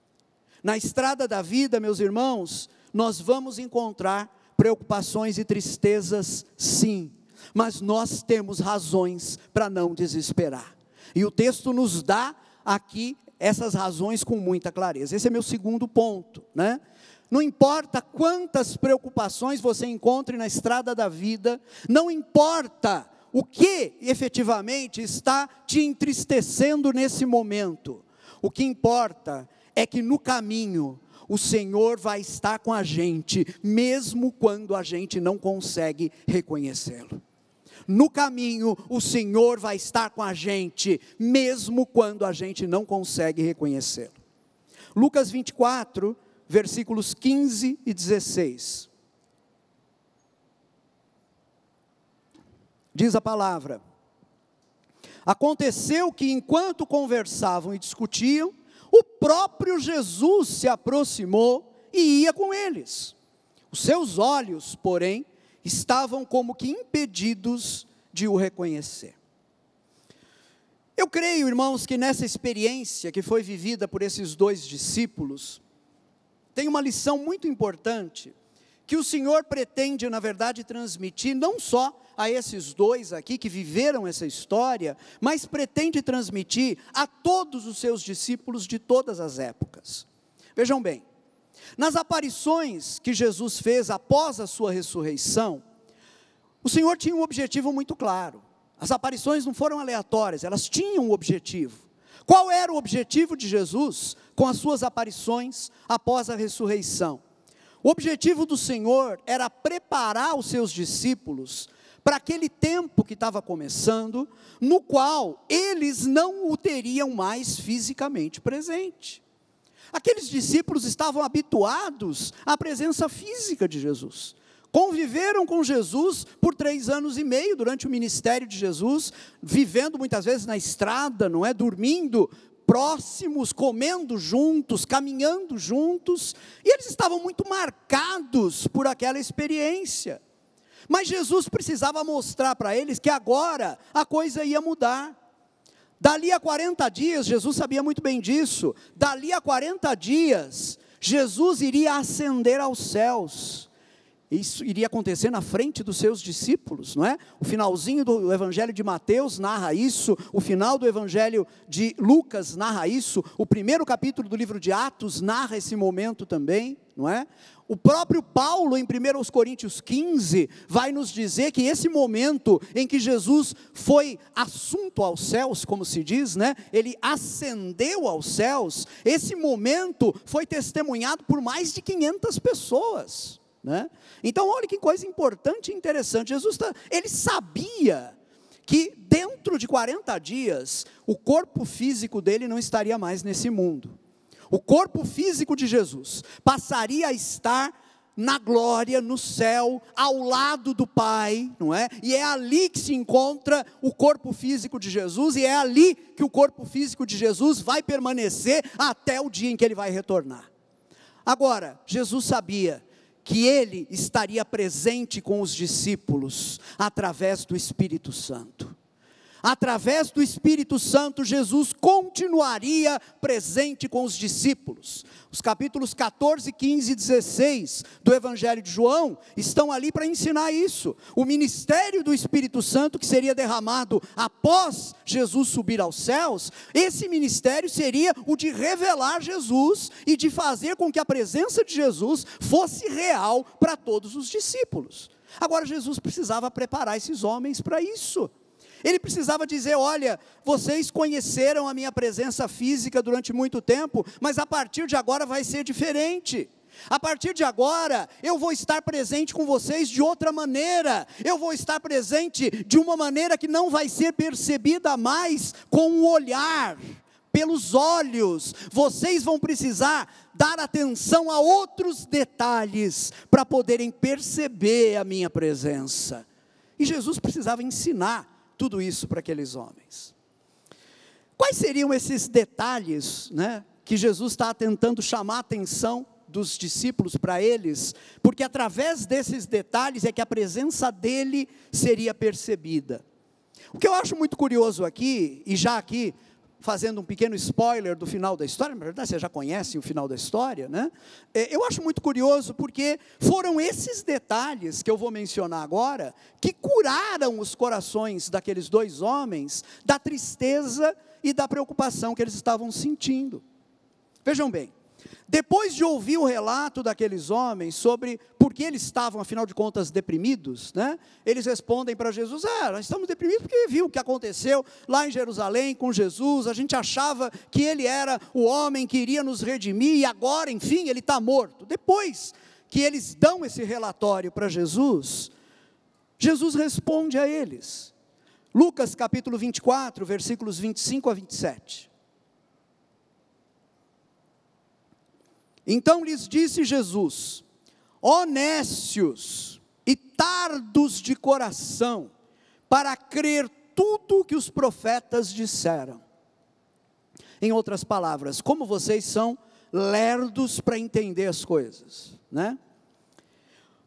Speaker 1: Na estrada da vida, meus irmãos, nós vamos encontrar preocupações e tristezas, sim, mas nós temos razões para não desesperar. E o texto nos dá aqui essas razões com muita clareza. Esse é meu segundo ponto, né? Não importa quantas preocupações você encontre na estrada da vida, não importa o que efetivamente está te entristecendo nesse momento. O que importa é que no caminho o Senhor vai estar com a gente, mesmo quando a gente não consegue reconhecê-lo. No caminho, o Senhor vai estar com a gente, mesmo quando a gente não consegue reconhecê-lo. Lucas 24, versículos 15 e 16. Diz a palavra: aconteceu que enquanto conversavam e discutiam, o próprio Jesus se aproximou e ia com eles. Os seus olhos, porém, estavam como que impedidos de o reconhecer. Eu creio, irmãos, que nessa experiência que foi vivida por esses dois discípulos, tem uma lição muito importante, que o Senhor pretende, na verdade, transmitir, não só a esses dois aqui que viveram essa história, mas pretende transmitir a todos os seus discípulos de todas as épocas. Vejam bem, nas aparições que Jesus fez após a sua ressurreição, o Senhor tinha um objetivo muito claro. As aparições não foram aleatórias, elas tinham um objetivo. Qual era o objetivo de Jesus com as suas aparições após a ressurreição? O objetivo do Senhor era preparar os seus discípulos para aquele tempo que estava começando, no qual eles não o teriam mais fisicamente presente. Aqueles discípulos estavam habituados à presença física de Jesus. Conviveram com Jesus por 3 anos e meio durante o ministério de Jesus, vivendo muitas vezes na estrada, não é? Dormindo próximos, comendo juntos, caminhando juntos, e eles estavam muito marcados por aquela experiência. Mas Jesus precisava mostrar para eles que agora a coisa ia mudar. Dali a 40 dias, Jesus sabia muito bem disso, dali a 40 dias, Jesus iria ascender aos céus. Isso iria acontecer na frente dos seus discípulos, não é? O finalzinho do Evangelho de Mateus narra isso, o final do Evangelho de Lucas narra isso, o primeiro capítulo do livro de Atos narra esse momento também, não é? O próprio Paulo, em 1 Coríntios 15, vai nos dizer que esse momento em que Jesus foi assunto aos céus, como se diz, né? Ele ascendeu aos céus, esse momento foi testemunhado por mais de 500 pessoas. Né? Então olha que coisa importante e interessante, Jesus ele sabia que dentro de 40 dias, o corpo físico dele não estaria mais nesse mundo, o corpo físico de Jesus passaria a estar na glória, no céu, ao lado do Pai, não é? E é ali que se encontra o corpo físico de Jesus, e é ali que o corpo físico de Jesus vai permanecer até o dia em que ele vai retornar. Agora, Jesus sabia que ele estaria presente com os discípulos, através do Espírito Santo. Através do Espírito Santo, Jesus continuaria presente com os discípulos. Os capítulos 14, 15 e 16 do Evangelho de João, estão ali para ensinar isso. O ministério do Espírito Santo, que seria derramado após Jesus subir aos céus, esse ministério seria o de revelar Jesus, e de fazer com que a presença de Jesus fosse real para todos os discípulos. Agora Jesus precisava preparar esses homens para isso. Ele precisava dizer, olha, vocês conheceram a minha presença física durante muito tempo, mas a partir de agora vai ser diferente. A partir de agora, eu vou estar presente com vocês de outra maneira. Eu vou estar presente de uma maneira que não vai ser percebida mais com o olhar, pelos olhos. Vocês vão precisar dar atenção a outros detalhes para poderem perceber a minha presença. E Jesus precisava ensinar tudo isso para aqueles homens. Quais seriam esses detalhes, né, que Jesus está tentando chamar a atenção dos discípulos para eles? Porque através desses detalhes é que a presença dele seria percebida. O que eu acho muito curioso aqui, e já aqui fazendo um pequeno spoiler do final da história, na verdade vocês já conhecem o final da história, né? Eu acho muito curioso porque foram esses detalhes que eu vou mencionar agora, que curaram os corações daqueles dois homens, da tristeza e da preocupação que eles estavam sentindo. Vejam bem, depois de ouvir o relato daqueles homens sobre por que eles estavam, afinal de contas, deprimidos, né? Eles respondem para Jesus, nós estamos deprimidos porque viu o que aconteceu lá em Jerusalém com Jesus, a gente achava que ele era o homem que iria nos redimir, e agora, enfim, ele está morto. Depois que eles dão esse relatório para Jesus, Jesus responde a eles. Lucas capítulo 24, versículos 25 a 27. Então lhes disse Jesus, ó nécios e tardos de coração, para crer tudo o que os profetas disseram. Em outras palavras, como vocês são lerdos para entender as coisas, né?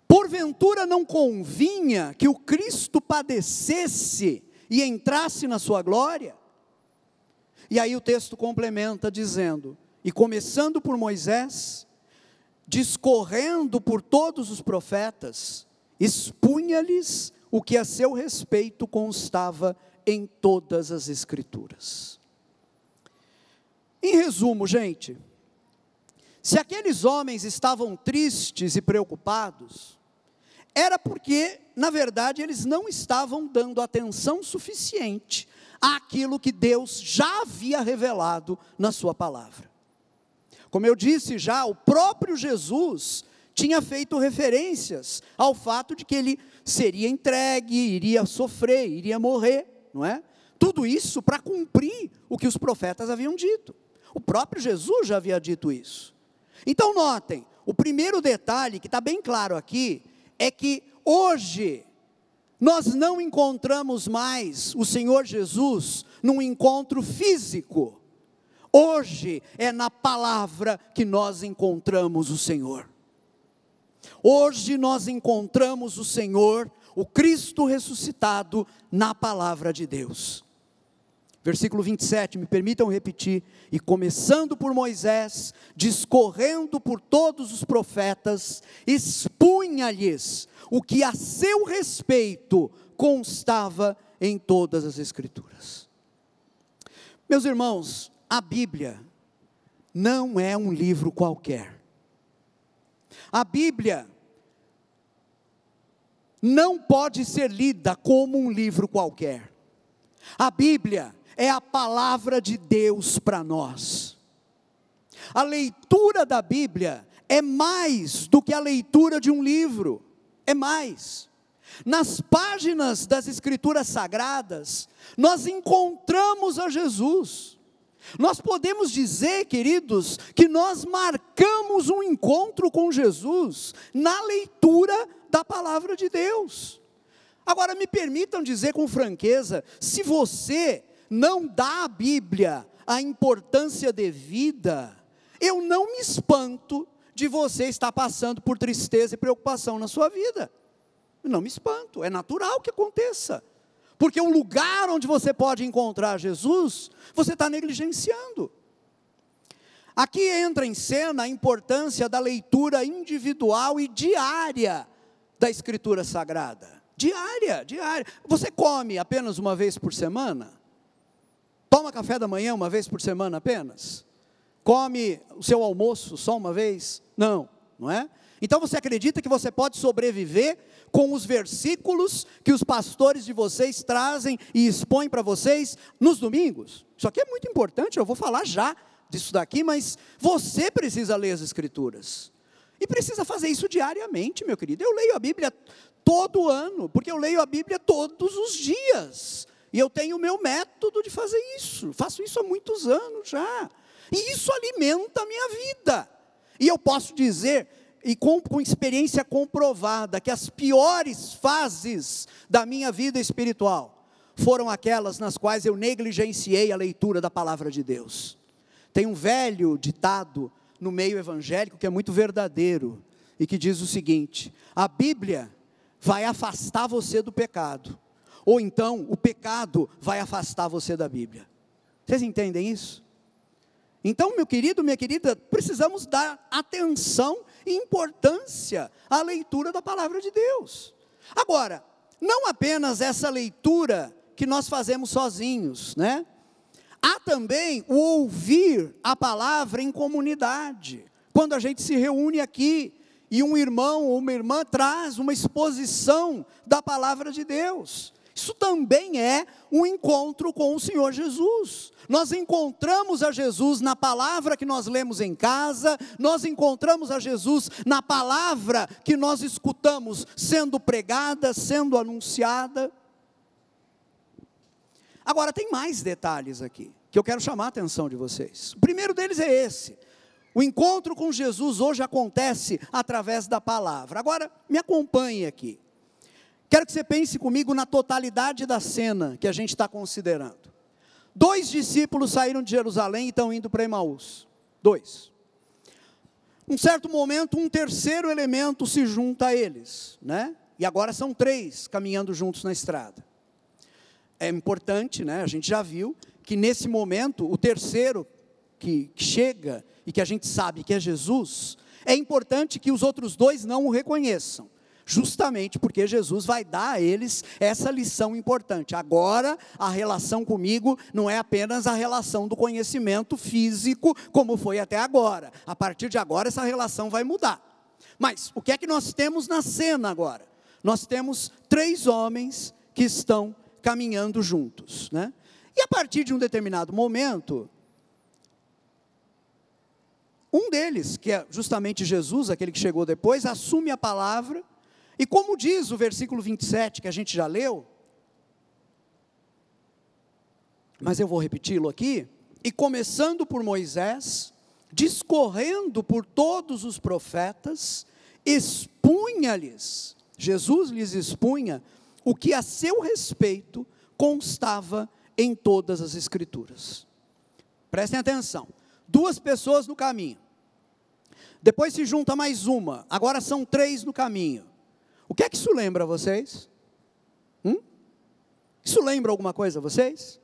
Speaker 1: Porventura não convinha que o Cristo padecesse e entrasse na sua glória? E aí o texto complementa dizendo: e começando por Moisés, discorrendo por todos os profetas, expunha-lhes o que a seu respeito constava em todas as Escrituras. Em resumo, gente, se aqueles homens estavam tristes e preocupados, era porque, na verdade, eles não estavam dando atenção suficiente àquilo que Deus já havia revelado na sua palavra. Como eu disse já, o próprio Jesus tinha feito referências ao fato de que ele seria entregue, iria sofrer, iria morrer, não é? Tudo isso para cumprir o que os profetas haviam dito. O próprio Jesus já havia dito isso. Então notem, o primeiro detalhe que está bem claro aqui, é que hoje nós não encontramos mais o Senhor Jesus num encontro físico. Hoje é na palavra que nós encontramos o Senhor. Hoje nós encontramos o Senhor, o Cristo ressuscitado, na palavra de Deus. Versículo 27, me permitam repetir: e começando por Moisés, discorrendo por todos os profetas, expunha-lhes o que a seu respeito constava em todas as Escrituras. Meus irmãos, a Bíblia não é um livro qualquer. A Bíblia não pode ser lida como um livro qualquer. A Bíblia é a palavra de Deus para nós. A leitura da Bíblia é mais do que a leitura de um livro, é mais. Nas páginas das Escrituras Sagradas, nós encontramos a Jesus. Nós podemos dizer, queridos, que nós marcamos um encontro com Jesus na leitura da palavra de Deus. Agora, me permitam dizer com franqueza, se você não dá à Bíblia a importância devida, eu não me espanto de você estar passando por tristeza e preocupação na sua vida. Não me espanto, é natural que aconteça. Porque o lugar onde você pode encontrar Jesus, você está negligenciando. Aqui entra em cena a importância da leitura individual e diária da Escritura Sagrada. Diária. Você come apenas uma vez por semana? Toma café da manhã uma vez por semana apenas? Come o seu almoço só uma vez? Não é? Então você acredita que você pode sobreviver com os versículos que os pastores de vocês trazem e expõem para vocês nos domingos? Isso aqui é muito importante, eu vou falar já disso daqui, mas você precisa ler as Escrituras. E precisa fazer isso diariamente, meu querido. Eu leio a Bíblia todo ano, porque eu leio a Bíblia todos os dias. E eu tenho o meu método de fazer isso. Faço isso há muitos anos já. E isso alimenta a minha vida. E eu posso dizer, e com experiência comprovada, que as piores fases da minha vida espiritual foram aquelas nas quais eu negligenciei a leitura da palavra de Deus. Tem um velho ditado no meio evangélico que é muito verdadeiro, e que diz o seguinte: a Bíblia vai afastar você do pecado, ou então o pecado vai afastar você da Bíblia. Vocês entendem isso? Então, meu querido, minha querida, precisamos dar atenção e importância à leitura da palavra de Deus. Agora, não apenas essa leitura que nós fazemos sozinhos, né? Há também o ouvir a palavra em comunidade. Quando a gente se reúne aqui e um irmão ou uma irmã traz uma exposição da palavra de Deus. Isso também é um encontro com o Senhor Jesus. Nós encontramos a Jesus na palavra que nós lemos em casa, nós encontramos a Jesus na palavra que nós escutamos sendo pregada, sendo anunciada. Agora tem mais detalhes aqui, que eu quero chamar a atenção de vocês. O primeiro deles é esse: o encontro com Jesus hoje acontece através da palavra. Agora, me acompanhe aqui. Quero que você pense comigo na totalidade da cena que a gente está considerando. 2 discípulos saíram de Jerusalém e estão indo para Emaús. 2. Um certo momento, um terceiro elemento se junta a eles, né? E agora são 3 caminhando juntos na estrada. É importante, né? A gente já viu que nesse momento, o terceiro que chega e que a gente sabe que é Jesus, é importante que os outros 2 não o reconheçam. Justamente porque Jesus vai dar a eles essa lição importante. Agora, a relação comigo não é apenas a relação do conhecimento físico, como foi até agora. A partir de agora, essa relação vai mudar. Mas, o que é que nós temos na cena agora? Nós temos 3 homens que estão caminhando juntos, né? E a partir de um determinado momento, um deles, que é justamente Jesus, aquele que chegou depois, assume a palavra. E como diz o versículo 27, que a gente já leu, mas eu vou repeti-lo aqui, e começando por Moisés, discorrendo por todos os profetas, expunha-lhes, Jesus lhes expunha, o que a seu respeito constava em todas as Escrituras. Prestem atenção, 2 pessoas no caminho, depois se junta mais uma, agora são 3 no caminho. O que é que isso lembra a vocês? Isso lembra alguma coisa a vocês?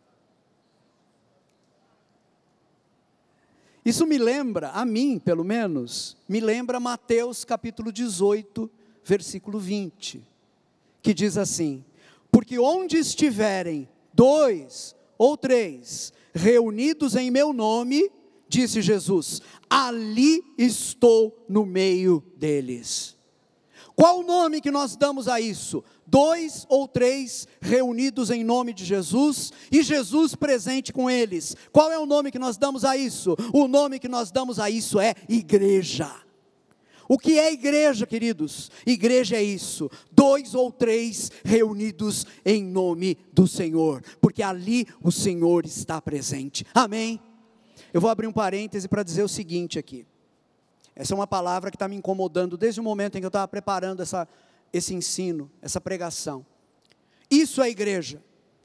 Speaker 1: Isso me lembra, a mim pelo menos, me lembra Mateus capítulo 18, versículo 20, que diz assim: porque onde estiverem 2 ou 3 reunidos em meu nome, disse Jesus, ali estou no meio deles. Qual o nome que nós damos a isso? 2 ou 3 reunidos em nome de Jesus, e Jesus presente com eles. Qual é o nome que nós damos a isso? O nome que nós damos a isso é igreja. O que é igreja, queridos? Igreja é isso, 2 ou 3 reunidos em nome do Senhor, porque ali o Senhor está presente, amém? Eu vou abrir um parêntese para dizer o seguinte aqui. Essa é uma palavra que está me incomodando desde o momento em que eu estava preparando esse ensino, essa pregação. Isso é igreja.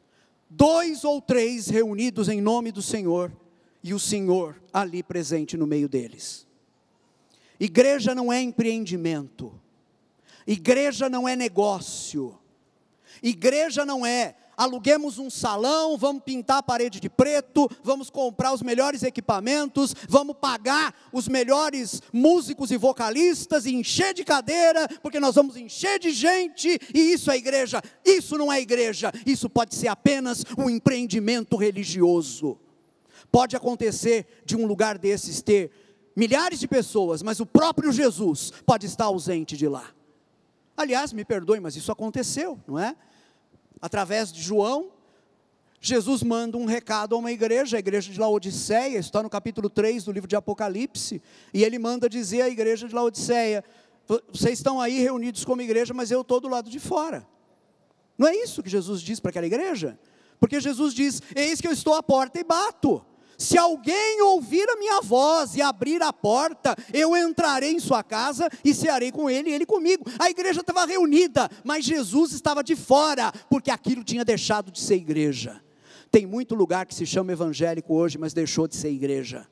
Speaker 1: 2 ou 3 reunidos em nome do Senhor, e o Senhor ali presente no meio deles. Igreja não é empreendimento. Igreja não é negócio. Igreja não é, aluguemos um salão, vamos pintar a parede de preto, vamos comprar os melhores equipamentos, vamos pagar os melhores músicos e vocalistas, e encher de cadeira, porque nós vamos encher de gente, e isso é igreja. Isso não é igreja, isso pode ser apenas um empreendimento religioso. Pode acontecer de um lugar desses ter milhares de pessoas, mas o próprio Jesus pode estar ausente de lá. Aliás, me perdoe, mas isso aconteceu, não é? Através de João, Jesus manda um recado a uma igreja, a igreja de Laodiceia, isso está no capítulo 3 do livro de Apocalipse, e ele manda dizer à igreja de Laodiceia, vocês estão aí reunidos como igreja, mas eu estou do lado de fora. Não é isso que Jesus diz para aquela igreja? Porque Jesus diz, eis que eu estou à porta e bato. Se alguém ouvir a minha voz e abrir a porta, eu entrarei em sua casa e cearei com ele e ele comigo. A igreja estava reunida, mas Jesus estava de fora, porque aquilo tinha deixado de ser igreja. Tem muito lugar que se chama evangélico hoje, mas deixou de ser igreja.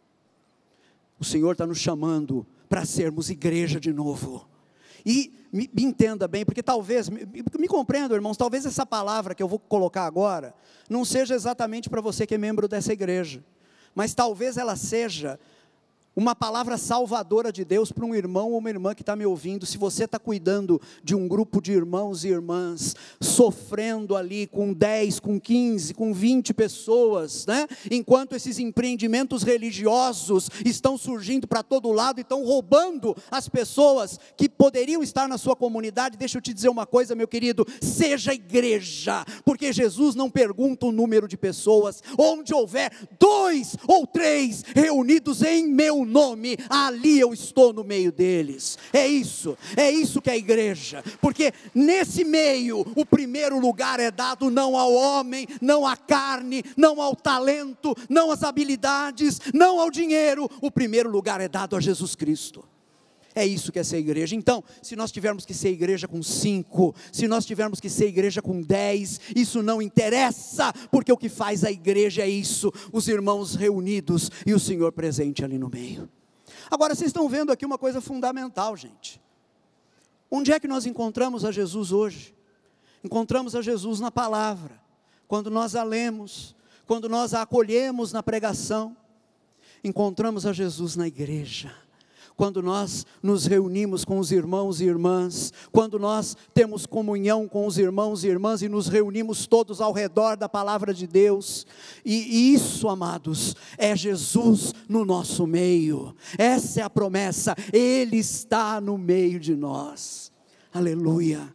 Speaker 1: O Senhor está nos chamando para sermos igreja de novo. E me entenda bem, porque talvez, me compreendam, irmãos, talvez essa palavra que eu vou colocar agora, não seja exatamente para você que é membro dessa igreja, mas talvez ela seja uma palavra salvadora de Deus para um irmão ou uma irmã que está me ouvindo. Se você está cuidando de um grupo de irmãos e irmãs, sofrendo ali com 10, com 15, com 20 pessoas, né? Enquanto esses empreendimentos religiosos estão surgindo para todo lado e estão roubando as pessoas que poderiam estar na sua comunidade, deixa eu te dizer uma coisa, meu querido, seja igreja, porque Jesus não pergunta o número de pessoas, onde houver 2 ou 3 reunidos em meu nome, ali eu estou no meio deles. É isso que é a igreja, porque nesse meio, o primeiro lugar é dado não ao homem, não à carne, não ao talento, não às habilidades, não ao dinheiro, o primeiro lugar é dado a Jesus Cristo. É isso que é ser igreja. Então, se nós tivermos que ser igreja com 5, se nós tivermos que ser igreja com 10, isso não interessa, porque o que faz a igreja é isso, os irmãos reunidos e o Senhor presente ali no meio. Agora, vocês estão vendo aqui uma coisa fundamental, gente. Onde é que nós encontramos a Jesus hoje? Encontramos a Jesus na palavra, quando nós a lemos, quando nós a acolhemos na pregação. Encontramos a Jesus na igreja, quando nós nos reunimos com os irmãos e irmãs, quando nós temos comunhão com os irmãos e irmãs e nos reunimos todos ao redor da palavra de Deus. E isso, amados, é Jesus no nosso meio. Essa é a promessa, Ele está no meio de nós. Aleluia.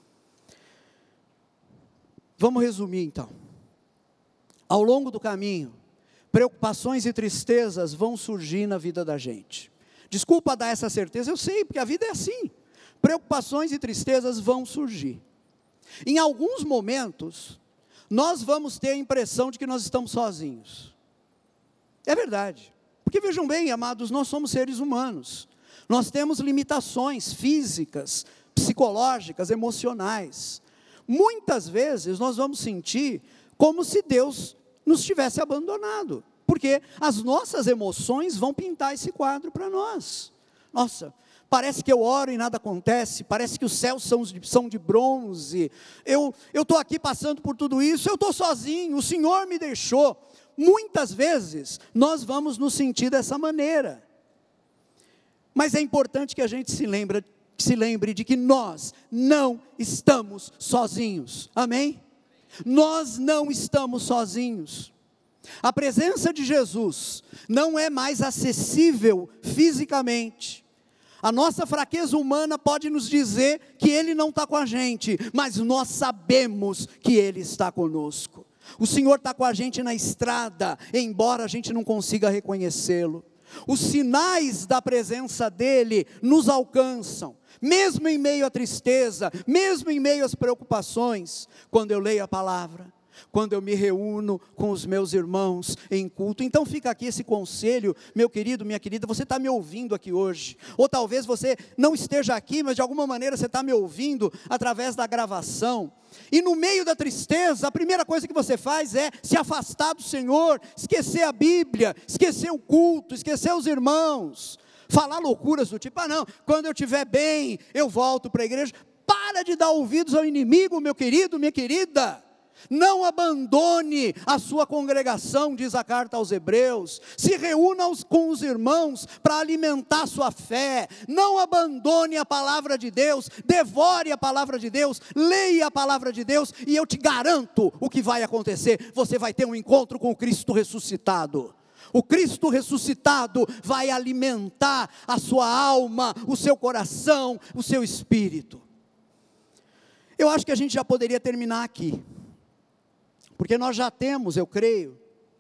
Speaker 1: Vamos resumir então. Ao longo do caminho, preocupações e tristezas vão surgir na vida da gente. Desculpa dar essa certeza, eu sei, porque a vida é assim. Preocupações e tristezas vão surgir. Em alguns momentos, nós vamos ter a impressão de que nós estamos sozinhos. É verdade. Porque vejam bem, amados, nós somos seres humanos. Nós temos limitações físicas, psicológicas, emocionais. Muitas vezes nós vamos sentir como se Deus nos tivesse abandonado, porque as nossas emoções vão pintar esse quadro para nós. Nossa, parece que eu oro e nada acontece, parece que os céus são de bronze, eu estou aqui passando por tudo isso, eu estou sozinho, o Senhor me deixou. Muitas vezes nós vamos nos sentir dessa maneira, mas é importante que a gente se lembre de que nós não estamos sozinhos, amém? Nós não estamos sozinhos. A presença de Jesus não é mais acessível fisicamente. A nossa fraqueza humana pode nos dizer que Ele não está com a gente, mas nós sabemos que Ele está conosco. O Senhor está com a gente na estrada, embora a gente não consiga reconhecê-lo. Os sinais da presença dEle nos alcançam, mesmo em meio à tristeza, mesmo em meio às preocupações, quando eu leio a palavra, quando eu me reúno com os meus irmãos em culto. Então fica aqui esse conselho, meu querido, minha querida, você está me ouvindo aqui hoje, ou talvez você não esteja aqui, mas de alguma maneira você está me ouvindo através da gravação, e no meio da tristeza, a primeira coisa que você faz é se afastar do Senhor, esquecer a Bíblia, esquecer o culto, esquecer os irmãos, falar loucuras do tipo, não, quando eu estiver bem, eu volto para a igreja. Para de dar ouvidos ao inimigo, meu querido, minha querida. Não abandone a sua congregação, diz a carta aos Hebreus. Se reúna com os irmãos para alimentar sua fé. Não abandone a palavra de Deus, devore a palavra de Deus, leia a palavra de Deus, e eu te garanto o que vai acontecer. Você vai ter um encontro com o Cristo ressuscitado. O Cristo ressuscitado vai alimentar a sua alma, o seu coração, o seu espírito. Eu acho que a gente já poderia terminar aqui, porque nós já temos, eu creio,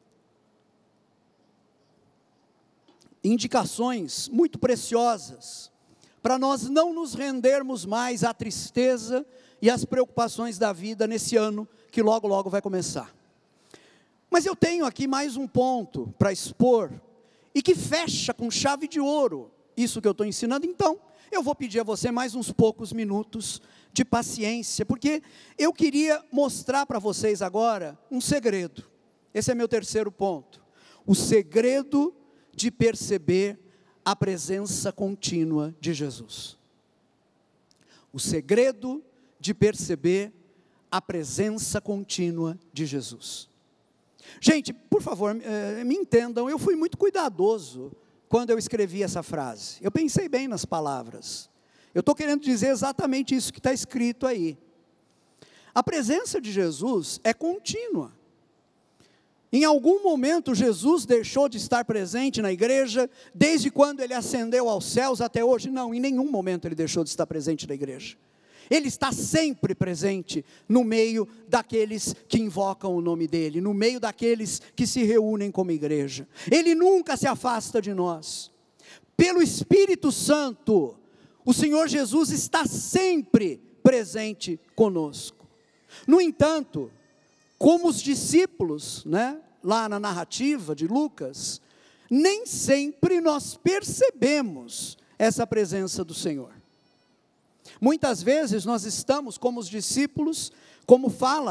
Speaker 1: indicações muito preciosas para nós não nos rendermos mais à tristeza e às preocupações da vida nesse ano que logo logo vai começar. Mas eu tenho aqui mais um ponto para expor, e que fecha com chave de ouro isso que eu estou ensinando. Então, eu vou pedir a você mais uns poucos minutos de paciência, porque eu queria mostrar para vocês agora um segredo. Esse é meu terceiro ponto. O segredo de perceber a presença contínua de Jesus. O segredo de perceber a presença contínua de Jesus. Gente, por favor, me entendam, eu fui muito cuidadoso quando eu escrevi essa frase. Eu pensei bem nas palavras. Eu estou querendo dizer exatamente isso que está escrito aí. A presença de Jesus é contínua. Em algum momento Jesus deixou de estar presente na igreja, desde quando Ele ascendeu aos céus até hoje? Não, em nenhum momento Ele deixou de estar presente na igreja. Ele está sempre presente no meio daqueles que invocam o nome dEle, no meio daqueles que se reúnem como igreja. Ele nunca se afasta de nós. Pelo Espírito Santo, o Senhor Jesus está sempre presente conosco. No entanto, como os discípulos, lá na narrativa de Lucas, nem sempre nós percebemos essa presença do Senhor. Muitas vezes nós estamos como os discípulos, como fala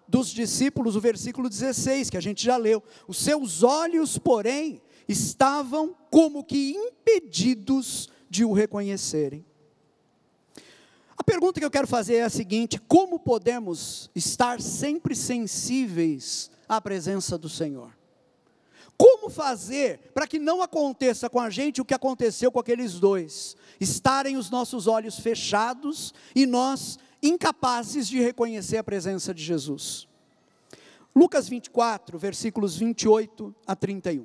Speaker 1: dos discípulos, o versículo 16, que a gente já leu. Os seus olhos, porém, estavam como que impedidos de o reconhecerem. A pergunta que eu quero fazer é a seguinte: como podemos estar sempre sensíveis à presença do Senhor? Como fazer para que não aconteça com a gente o que aconteceu com aqueles dois? Estarem os nossos olhos fechados e nós incapazes de reconhecer a presença de Jesus. Lucas 24, versículos 28 a 31.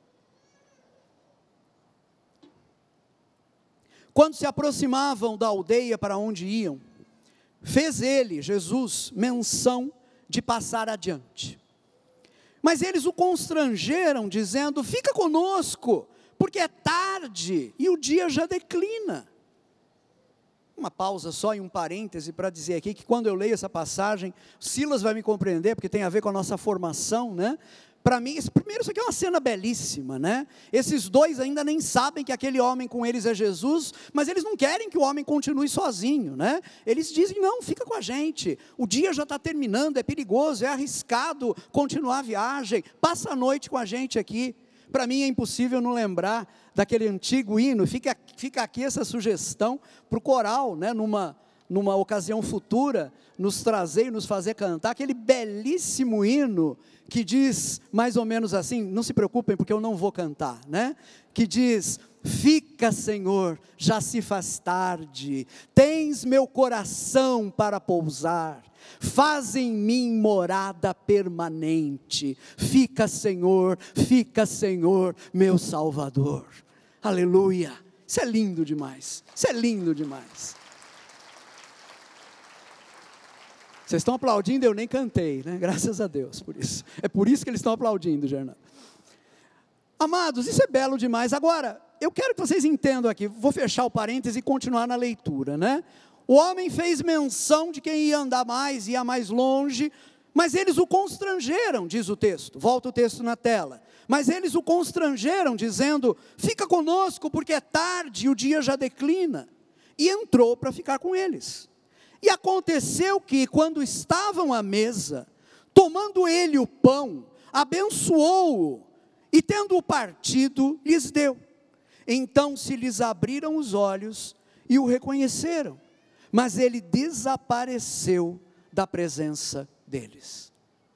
Speaker 1: Quando se aproximavam da aldeia para onde iam, fez ele, Jesus, menção de passar adiante. Mas eles o constrangeram, dizendo: fica conosco, porque é tarde e o dia já declina. Uma pausa só e um parêntese para dizer aqui que quando eu leio essa passagem, Silas vai me compreender, porque tem a ver com a nossa formação, né? Para mim, primeiro, isso aqui é uma cena belíssima, né? Esses dois ainda nem sabem que aquele homem com eles é Jesus, mas eles não querem que o homem continue sozinho, né? Eles dizem: não, fica com a gente, o dia já está terminando, é perigoso, é arriscado continuar a viagem, passa a noite com a gente aqui. Para mim é impossível não lembrar daquele antigo hino. Fica aqui essa sugestão para o coral, né? Numa ocasião futura, nos trazer e nos fazer cantar aquele belíssimo hino que diz mais ou menos assim, não se preocupem porque eu não vou cantar, né? Que diz: fica, Senhor, já se faz tarde, tens meu coração para pousar, faz em mim morada permanente, fica, Senhor, meu Salvador. Aleluia, isso é lindo demais, isso é lindo demais. Vocês estão aplaudindo, eu nem cantei, né? Graças a Deus por isso. É por isso que eles estão aplaudindo, Gerardo. Amados, isso é belo demais. Agora, eu quero que vocês entendam aqui, vou fechar o parêntese e continuar na leitura, né? O homem fez menção de quem ia andar mais, ia mais longe, mas eles o constrangeram, diz o texto. Volta o texto na tela. Mas eles o constrangeram, dizendo: fica conosco, porque é tarde e o dia já declina. E entrou para ficar com eles. E aconteceu que, quando estavam à mesa, tomando ele o pão, abençoou-o, e tendo-o partido, lhes deu. Então se lhes abriram os olhos e o reconheceram, mas ele desapareceu da presença deles.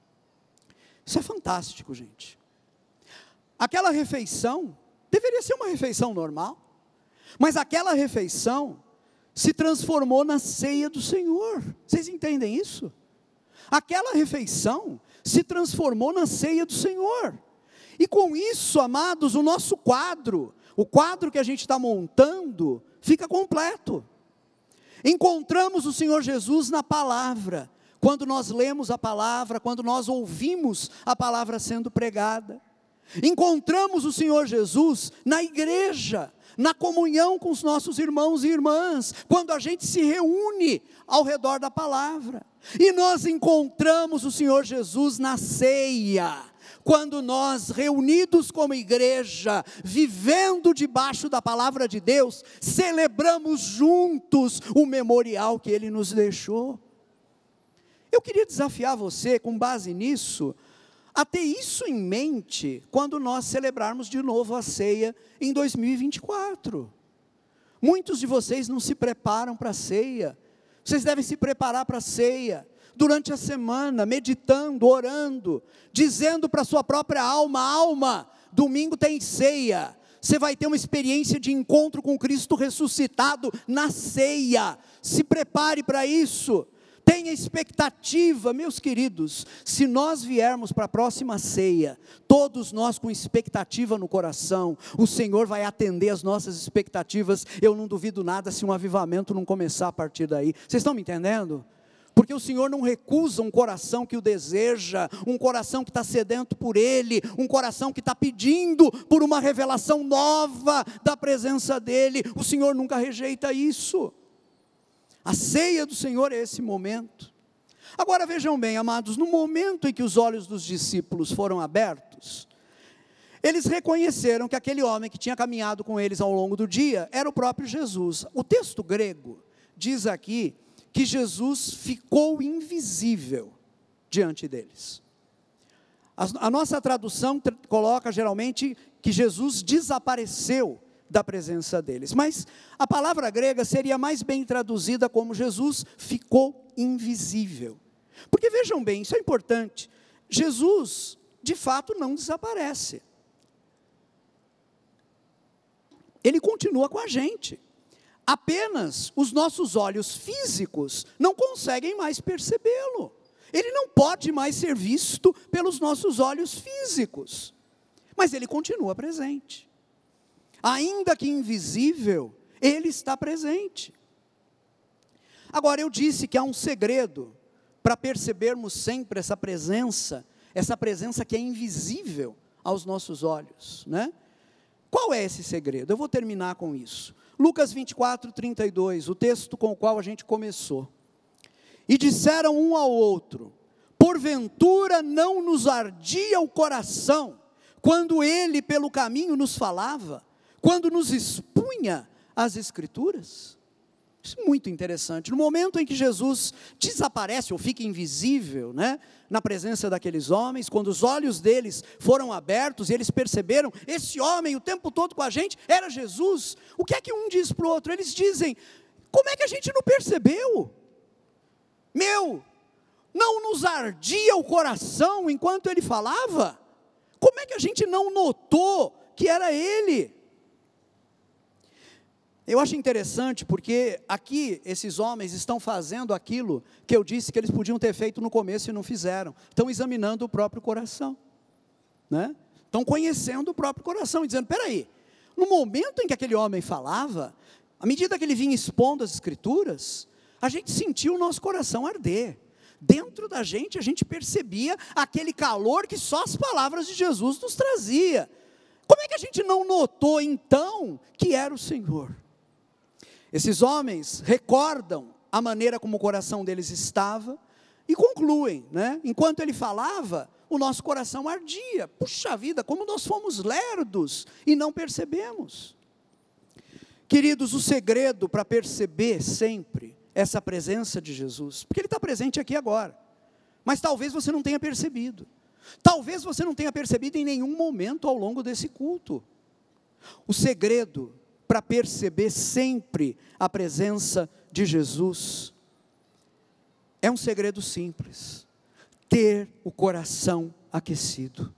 Speaker 1: Isso é fantástico, gente. Aquela refeição deveria ser uma refeição normal, mas aquela refeição se transformou na ceia do Senhor. Vocês entendem isso? Aquela refeição se transformou na ceia do Senhor. E com isso, amados, o nosso quadro, o quadro que a gente está montando, fica completo. Encontramos o Senhor Jesus na palavra, quando nós lemos a palavra, quando nós ouvimos a palavra sendo pregada. Encontramos o Senhor Jesus na igreja, na comunhão com os nossos irmãos e irmãs, quando a gente se reúne ao redor da palavra. E nós encontramos o Senhor Jesus na ceia, quando nós, reunidos como igreja, vivendo debaixo da palavra de Deus, celebramos juntos o memorial que Ele nos deixou. Eu queria desafiar você, com base nisso, a ter isso em mente quando nós celebrarmos de novo a ceia em 2024. Muitos de vocês não se preparam para a ceia. Vocês devem se preparar para a ceia durante a semana, meditando, orando, dizendo para a sua própria alma: alma, domingo tem ceia. Você vai ter uma experiência de encontro com Cristo ressuscitado na ceia. Se prepare para isso. Tenha expectativa, meus queridos. Se nós viermos para a próxima ceia, todos nós com expectativa no coração, o Senhor vai atender as nossas expectativas. Eu não duvido nada se um avivamento não começar a partir daí. Vocês estão me entendendo? Porque o Senhor não recusa um coração que o deseja, um coração que está sedento por Ele, um coração que está pedindo por uma revelação nova da presença dEle. O Senhor nunca rejeita isso. A ceia do Senhor é esse momento. Agora vejam bem, amados, no momento em que os olhos dos discípulos foram abertos, eles reconheceram que aquele homem que tinha caminhado com eles ao longo do dia era o próprio Jesus. O texto grego diz aqui que Jesus ficou invisível. diante deles. A nossa tradução coloca geralmente que Jesus desapareceu da presença deles, mas a palavra grega seria mais bem traduzida como Jesus ficou invisível. Porque vejam bem, isso é importante, Jesus de fato não desaparece. Ele continua com a gente. Apenas os nossos olhos físicos não conseguem mais percebê-lo. Ele não pode mais ser visto pelos nossos olhos físicos. Mas ele continua presente. Ainda que invisível, ele está presente. Agora, eu disse que há um segredo para percebermos sempre essa presença que é invisível aos nossos olhos, né? Qual é esse segredo? Eu vou terminar com isso. Lucas 24, 32, o texto com o qual a gente começou. E disseram um ao outro: porventura não nos ardia o coração, quando ele pelo caminho nos falava, quando nos expunha as Escrituras? Isso é muito interessante. No momento em que Jesus desaparece ou fica invisível, né, na presença daqueles homens, quando os olhos deles foram abertos e eles perceberam, esse homem o tempo todo com a gente era Jesus, o que é que um diz para o outro? Eles dizem: como é que a gente não percebeu? Não nos ardia o coração enquanto ele falava? Como é que a gente não notou que era ele? Eu acho interessante porque aqui esses homens estão fazendo aquilo que eu disse que eles podiam ter feito no começo e não fizeram. Estão examinando o próprio coração, né? Estão conhecendo o próprio coração e dizendo: peraí, no momento em que aquele homem falava, à medida que ele vinha expondo as Escrituras, a gente sentiu o nosso coração arder. Dentro da gente a gente percebia aquele calor que só as palavras de Jesus nos trazia. Como é que a gente não notou então que era o Senhor? Esses homens recordam a maneira como o coração deles estava e concluem, né? Enquanto ele falava, o nosso coração ardia. Puxa vida, como nós fomos lerdos e não percebemos. Queridos, o segredo para perceber sempre essa presença de Jesus, porque ele está presente aqui agora, mas talvez você não tenha percebido. Talvez você não tenha percebido em nenhum momento ao longo desse culto. O segredo para perceber sempre a presença de Jesus é um segredo simples: ter o coração aquecido.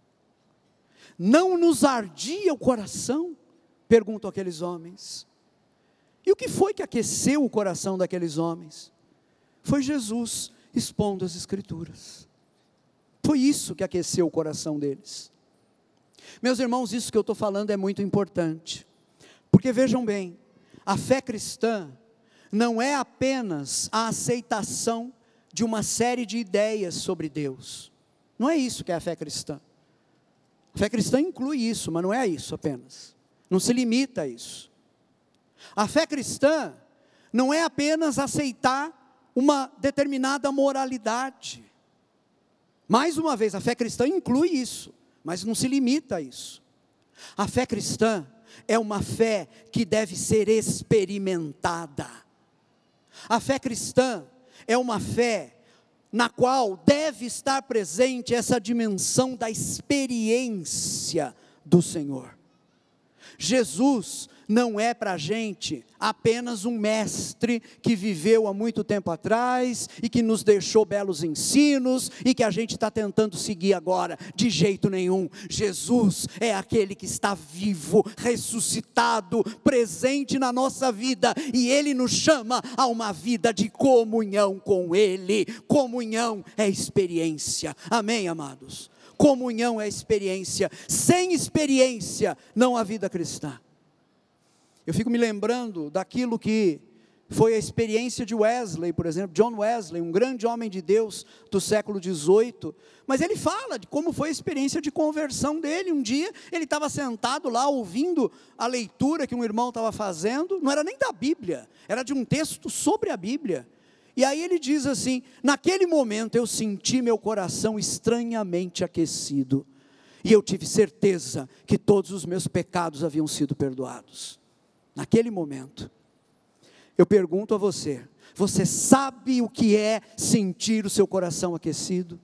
Speaker 1: Não nos ardia o coração? Perguntam aqueles homens. E o que foi que aqueceu o coração daqueles homens? Foi Jesus expondo as Escrituras. Foi isso que aqueceu o coração deles. Meus irmãos, isso que eu estou falando é muito importante. Porque vejam bem, a fé cristã não é apenas a aceitação de uma série de ideias sobre Deus. Não é isso que é a fé cristã. A fé cristã inclui isso, mas não é isso apenas. Não se limita a isso. A fé cristã não é apenas aceitar uma determinada moralidade. Mais uma vez, a fé cristã inclui isso, mas não se limita a isso. A fé cristã é uma fé que deve ser experimentada. A fé cristã é uma fé na qual deve estar presente essa dimensão da experiência do Senhor. Jesus não é para a gente apenas um mestre que viveu há muito tempo atrás e que nos deixou belos ensinos e que a gente está tentando seguir agora. De jeito nenhum. Jesus é aquele que está vivo, ressuscitado, presente na nossa vida, e Ele nos chama a uma vida de comunhão com Ele. Comunhão é experiência. Amém, amados? Comunhão é experiência. Sem experiência não há vida cristã. Eu fico me lembrando daquilo que foi a experiência de Wesley, por exemplo, John Wesley, um grande homem de Deus do século XVIII, mas ele fala de como foi a experiência de conversão dele. Um dia ele estava sentado lá ouvindo a leitura que um irmão estava fazendo, não era nem da Bíblia, era de um texto sobre a Bíblia, e aí ele diz assim: naquele momento eu senti meu coração estranhamente aquecido, e eu tive certeza que todos os meus pecados haviam sido perdoados. Naquele momento. Eu pergunto a você: Você sabe o que é sentir o seu coração aquecido?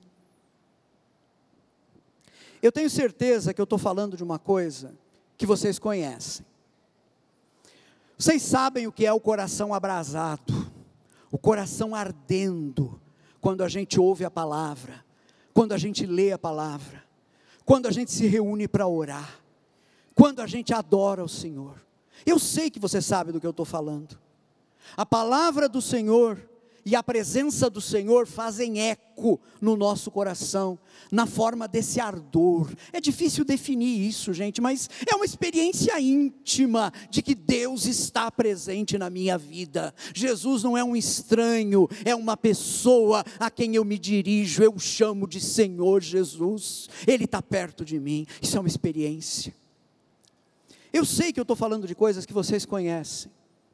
Speaker 1: Eu tenho certeza que eu estou falando de uma coisa que vocês conhecem. Vocês sabem o que é o coração abrasado, o coração ardendo, quando a gente ouve a palavra, quando a gente lê a palavra, quando a gente se reúne para orar, quando a gente adora o Senhor. Eu sei que você sabe do que eu estou falando. A palavra do Senhor e a presença do Senhor fazem eco no nosso coração, na forma desse ardor. É difícil definir isso, gente, mas é uma experiência íntima de que Deus está presente na minha vida. Jesus não é um estranho, é uma pessoa a quem eu me dirijo, eu chamo de Senhor Jesus. Ele está perto de mim, isso é uma experiência. Eu sei que eu estou falando de coisas que vocês conhecem.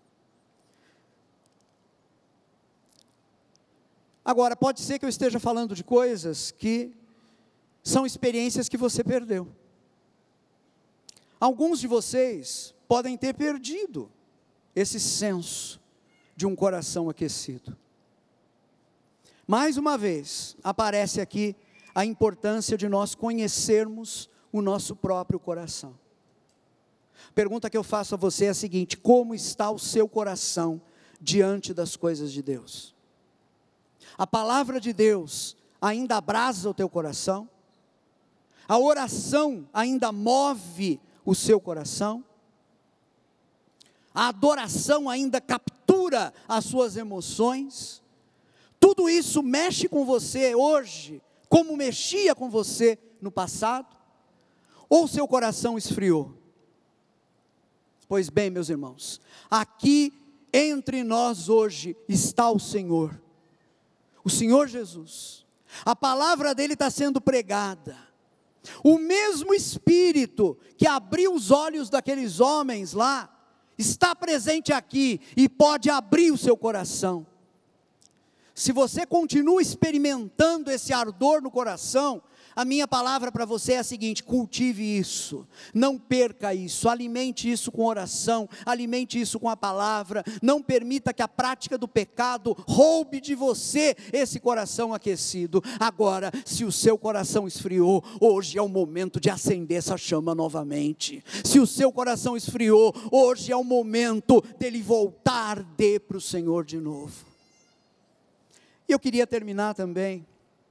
Speaker 1: Agora, pode ser que eu esteja falando de coisas que são experiências que você perdeu. Alguns de vocês podem ter perdido esse senso de um coração aquecido. Mais uma vez, aparece aqui a importância de nós conhecermos o nosso próprio coração. A pergunta que eu faço a você é a seguinte: como está o seu coração diante das coisas de Deus? A palavra de Deus ainda abrasa o teu coração? A oração ainda move o seu coração? A adoração ainda captura as suas emoções? Tudo isso mexe com você hoje, como mexia com você no passado? Ou seu coração esfriou? Pois bem, meus irmãos, aqui entre nós hoje está o Senhor Jesus. A palavra dele está sendo pregada. O mesmo Espírito que abriu os olhos daqueles homens lá, está presente aqui e pode abrir o seu coração. Se você continua experimentando esse ardor no coração, a minha palavra para você é a seguinte: cultive isso, não perca isso, alimente isso com oração, alimente isso com a palavra, não permita que a prática do pecado roube de você esse coração aquecido. Agora, se o seu coração esfriou, hoje é o momento de acender essa chama novamente. Se o seu coração esfriou, hoje é o momento dele voltar a arder para o Senhor de novo. E eu queria terminar também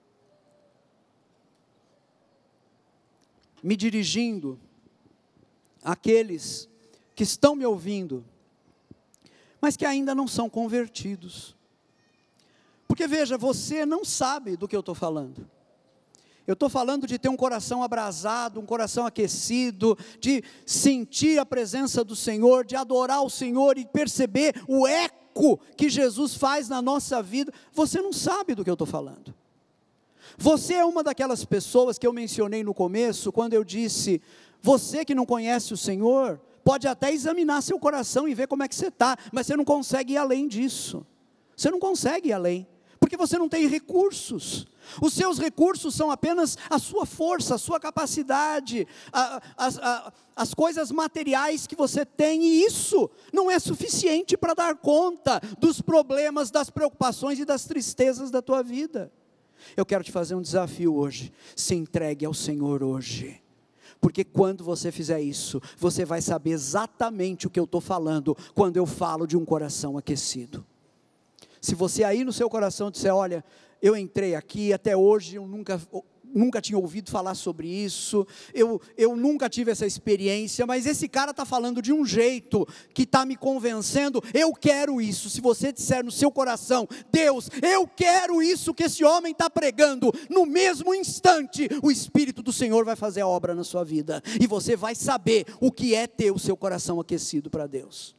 Speaker 1: me dirigindo àqueles que estão me ouvindo, mas que ainda não são convertidos. Porque veja, você não sabe do que eu estou falando. Eu estou falando de ter um coração abrasado, um coração aquecido, de sentir a presença do Senhor, de adorar o Senhor e perceber o eco que Jesus faz na nossa vida. Você não sabe do que eu estou falando. Você é uma daquelas pessoas que eu mencionei no começo, quando eu disse: você que não conhece o Senhor, pode até examinar seu coração e ver como é que você está, mas você não consegue ir além disso. Você não consegue ir além, porque você não tem recursos. Os seus recursos são apenas a sua força, a sua capacidade, as coisas materiais que você tem, e isso não é suficiente para dar conta dos problemas, das preocupações e das tristezas da tua vida. Eu quero te fazer um desafio hoje: se entregue ao Senhor hoje, porque quando você fizer isso, você vai saber exatamente o que eu estou falando, quando eu falo de um coração aquecido. Se você aí no seu coração disser: olha, eu entrei aqui, até hoje eu nunca tinha ouvido falar sobre isso, eu nunca tive essa experiência, mas esse cara está falando de um jeito que está me convencendo, eu quero isso. Se você disser no seu coração: Deus, eu quero isso que esse homem está pregando, no mesmo instante, o Espírito do Senhor vai fazer a obra na sua vida, e você vai saber o que é ter o seu coração aquecido para Deus.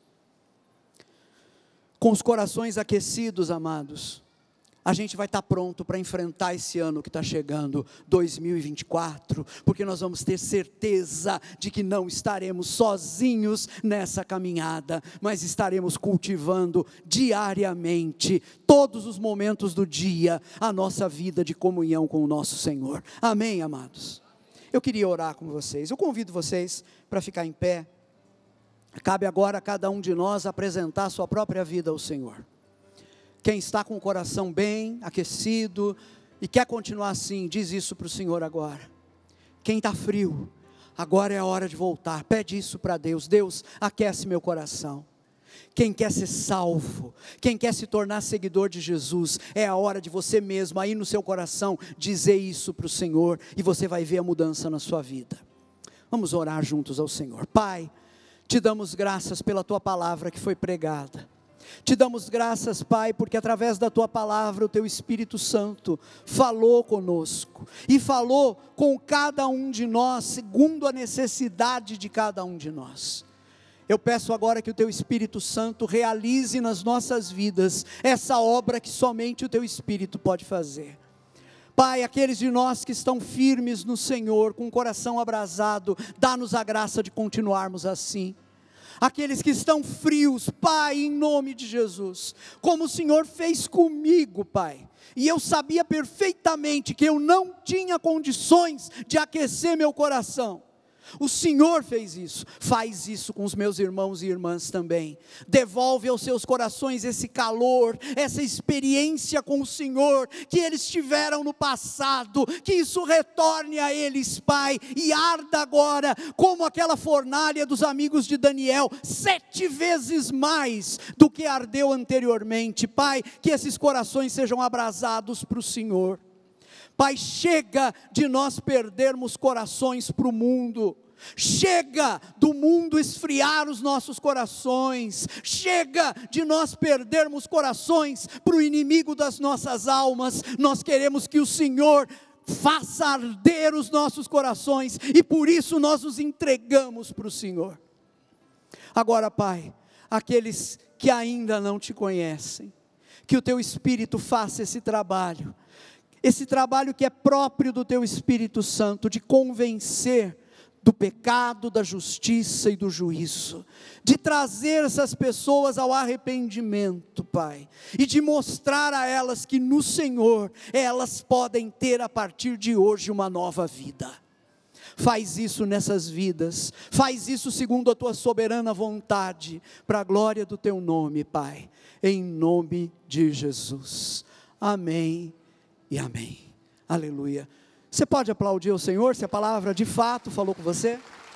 Speaker 1: Com os corações aquecidos, amados, a gente vai estar pronto para enfrentar esse ano que está chegando, 2024, porque nós vamos ter certeza de que não estaremos sozinhos nessa caminhada, mas estaremos cultivando diariamente, todos os momentos do dia, a nossa vida de comunhão com o nosso Senhor. Amém, amados? Eu queria orar com vocês. Eu convido vocês para ficar em pé. Cabe agora a cada um de nós apresentar a sua própria vida ao Senhor. Quem está com o coração bem, aquecido, e quer continuar assim, diz isso para o Senhor agora. Quem está frio, agora é a hora de voltar, pede isso para Deus. Deus, aquece meu coração. Quem quer ser salvo, quem quer se tornar seguidor de Jesus, é a hora de você mesmo, aí no seu coração, dizer isso para o Senhor, e você vai ver a mudança na sua vida. Vamos orar juntos ao Senhor. Pai, te damos graças pela tua palavra que foi pregada. Te damos graças, Pai, porque através da tua palavra o teu Espírito Santo falou conosco, e falou com cada um de nós, segundo a necessidade de cada um de nós. Eu peço agora que o teu Espírito Santo realize nas nossas vidas essa obra que somente o teu Espírito pode fazer. Pai, aqueles de nós que estão firmes no Senhor, com o coração abrasado, dá-nos a graça de continuarmos assim. Aqueles que estão frios, Pai, em nome de Jesus, como o Senhor fez comigo, Pai, e eu sabia perfeitamente que eu não tinha condições de aquecer meu coração. O Senhor fez isso, faz isso com os meus irmãos e irmãs também. Devolve aos seus corações esse calor, essa experiência com o Senhor, que eles tiveram no passado, que isso retorne a eles, Pai, e arda agora, como aquela fornalha dos amigos de Daniel, 7 vezes mais do que ardeu anteriormente. Pai, que esses corações sejam abrasados para o Senhor. Pai, chega de nós perdermos corações para o mundo. Chega do mundo esfriar os nossos corações. Chega de nós perdermos corações para o inimigo das nossas almas. Nós queremos que o Senhor faça arder os nossos corações, e por isso nós nos entregamos para o Senhor. Agora, Pai, aqueles que ainda não te conhecem, que o teu Espírito faça esse trabalho que é próprio do teu Espírito Santo, de convencer do pecado, da justiça e do juízo, de trazer essas pessoas ao arrependimento, Pai, e de mostrar a elas que no Senhor, elas podem ter a partir de hoje uma nova vida. Faz isso nessas vidas, faz isso segundo a tua soberana vontade, para a glória do teu nome, Pai, em nome de Jesus. Amém. E amém, aleluia. Você pode aplaudir o Senhor, se a palavra de fato falou com você?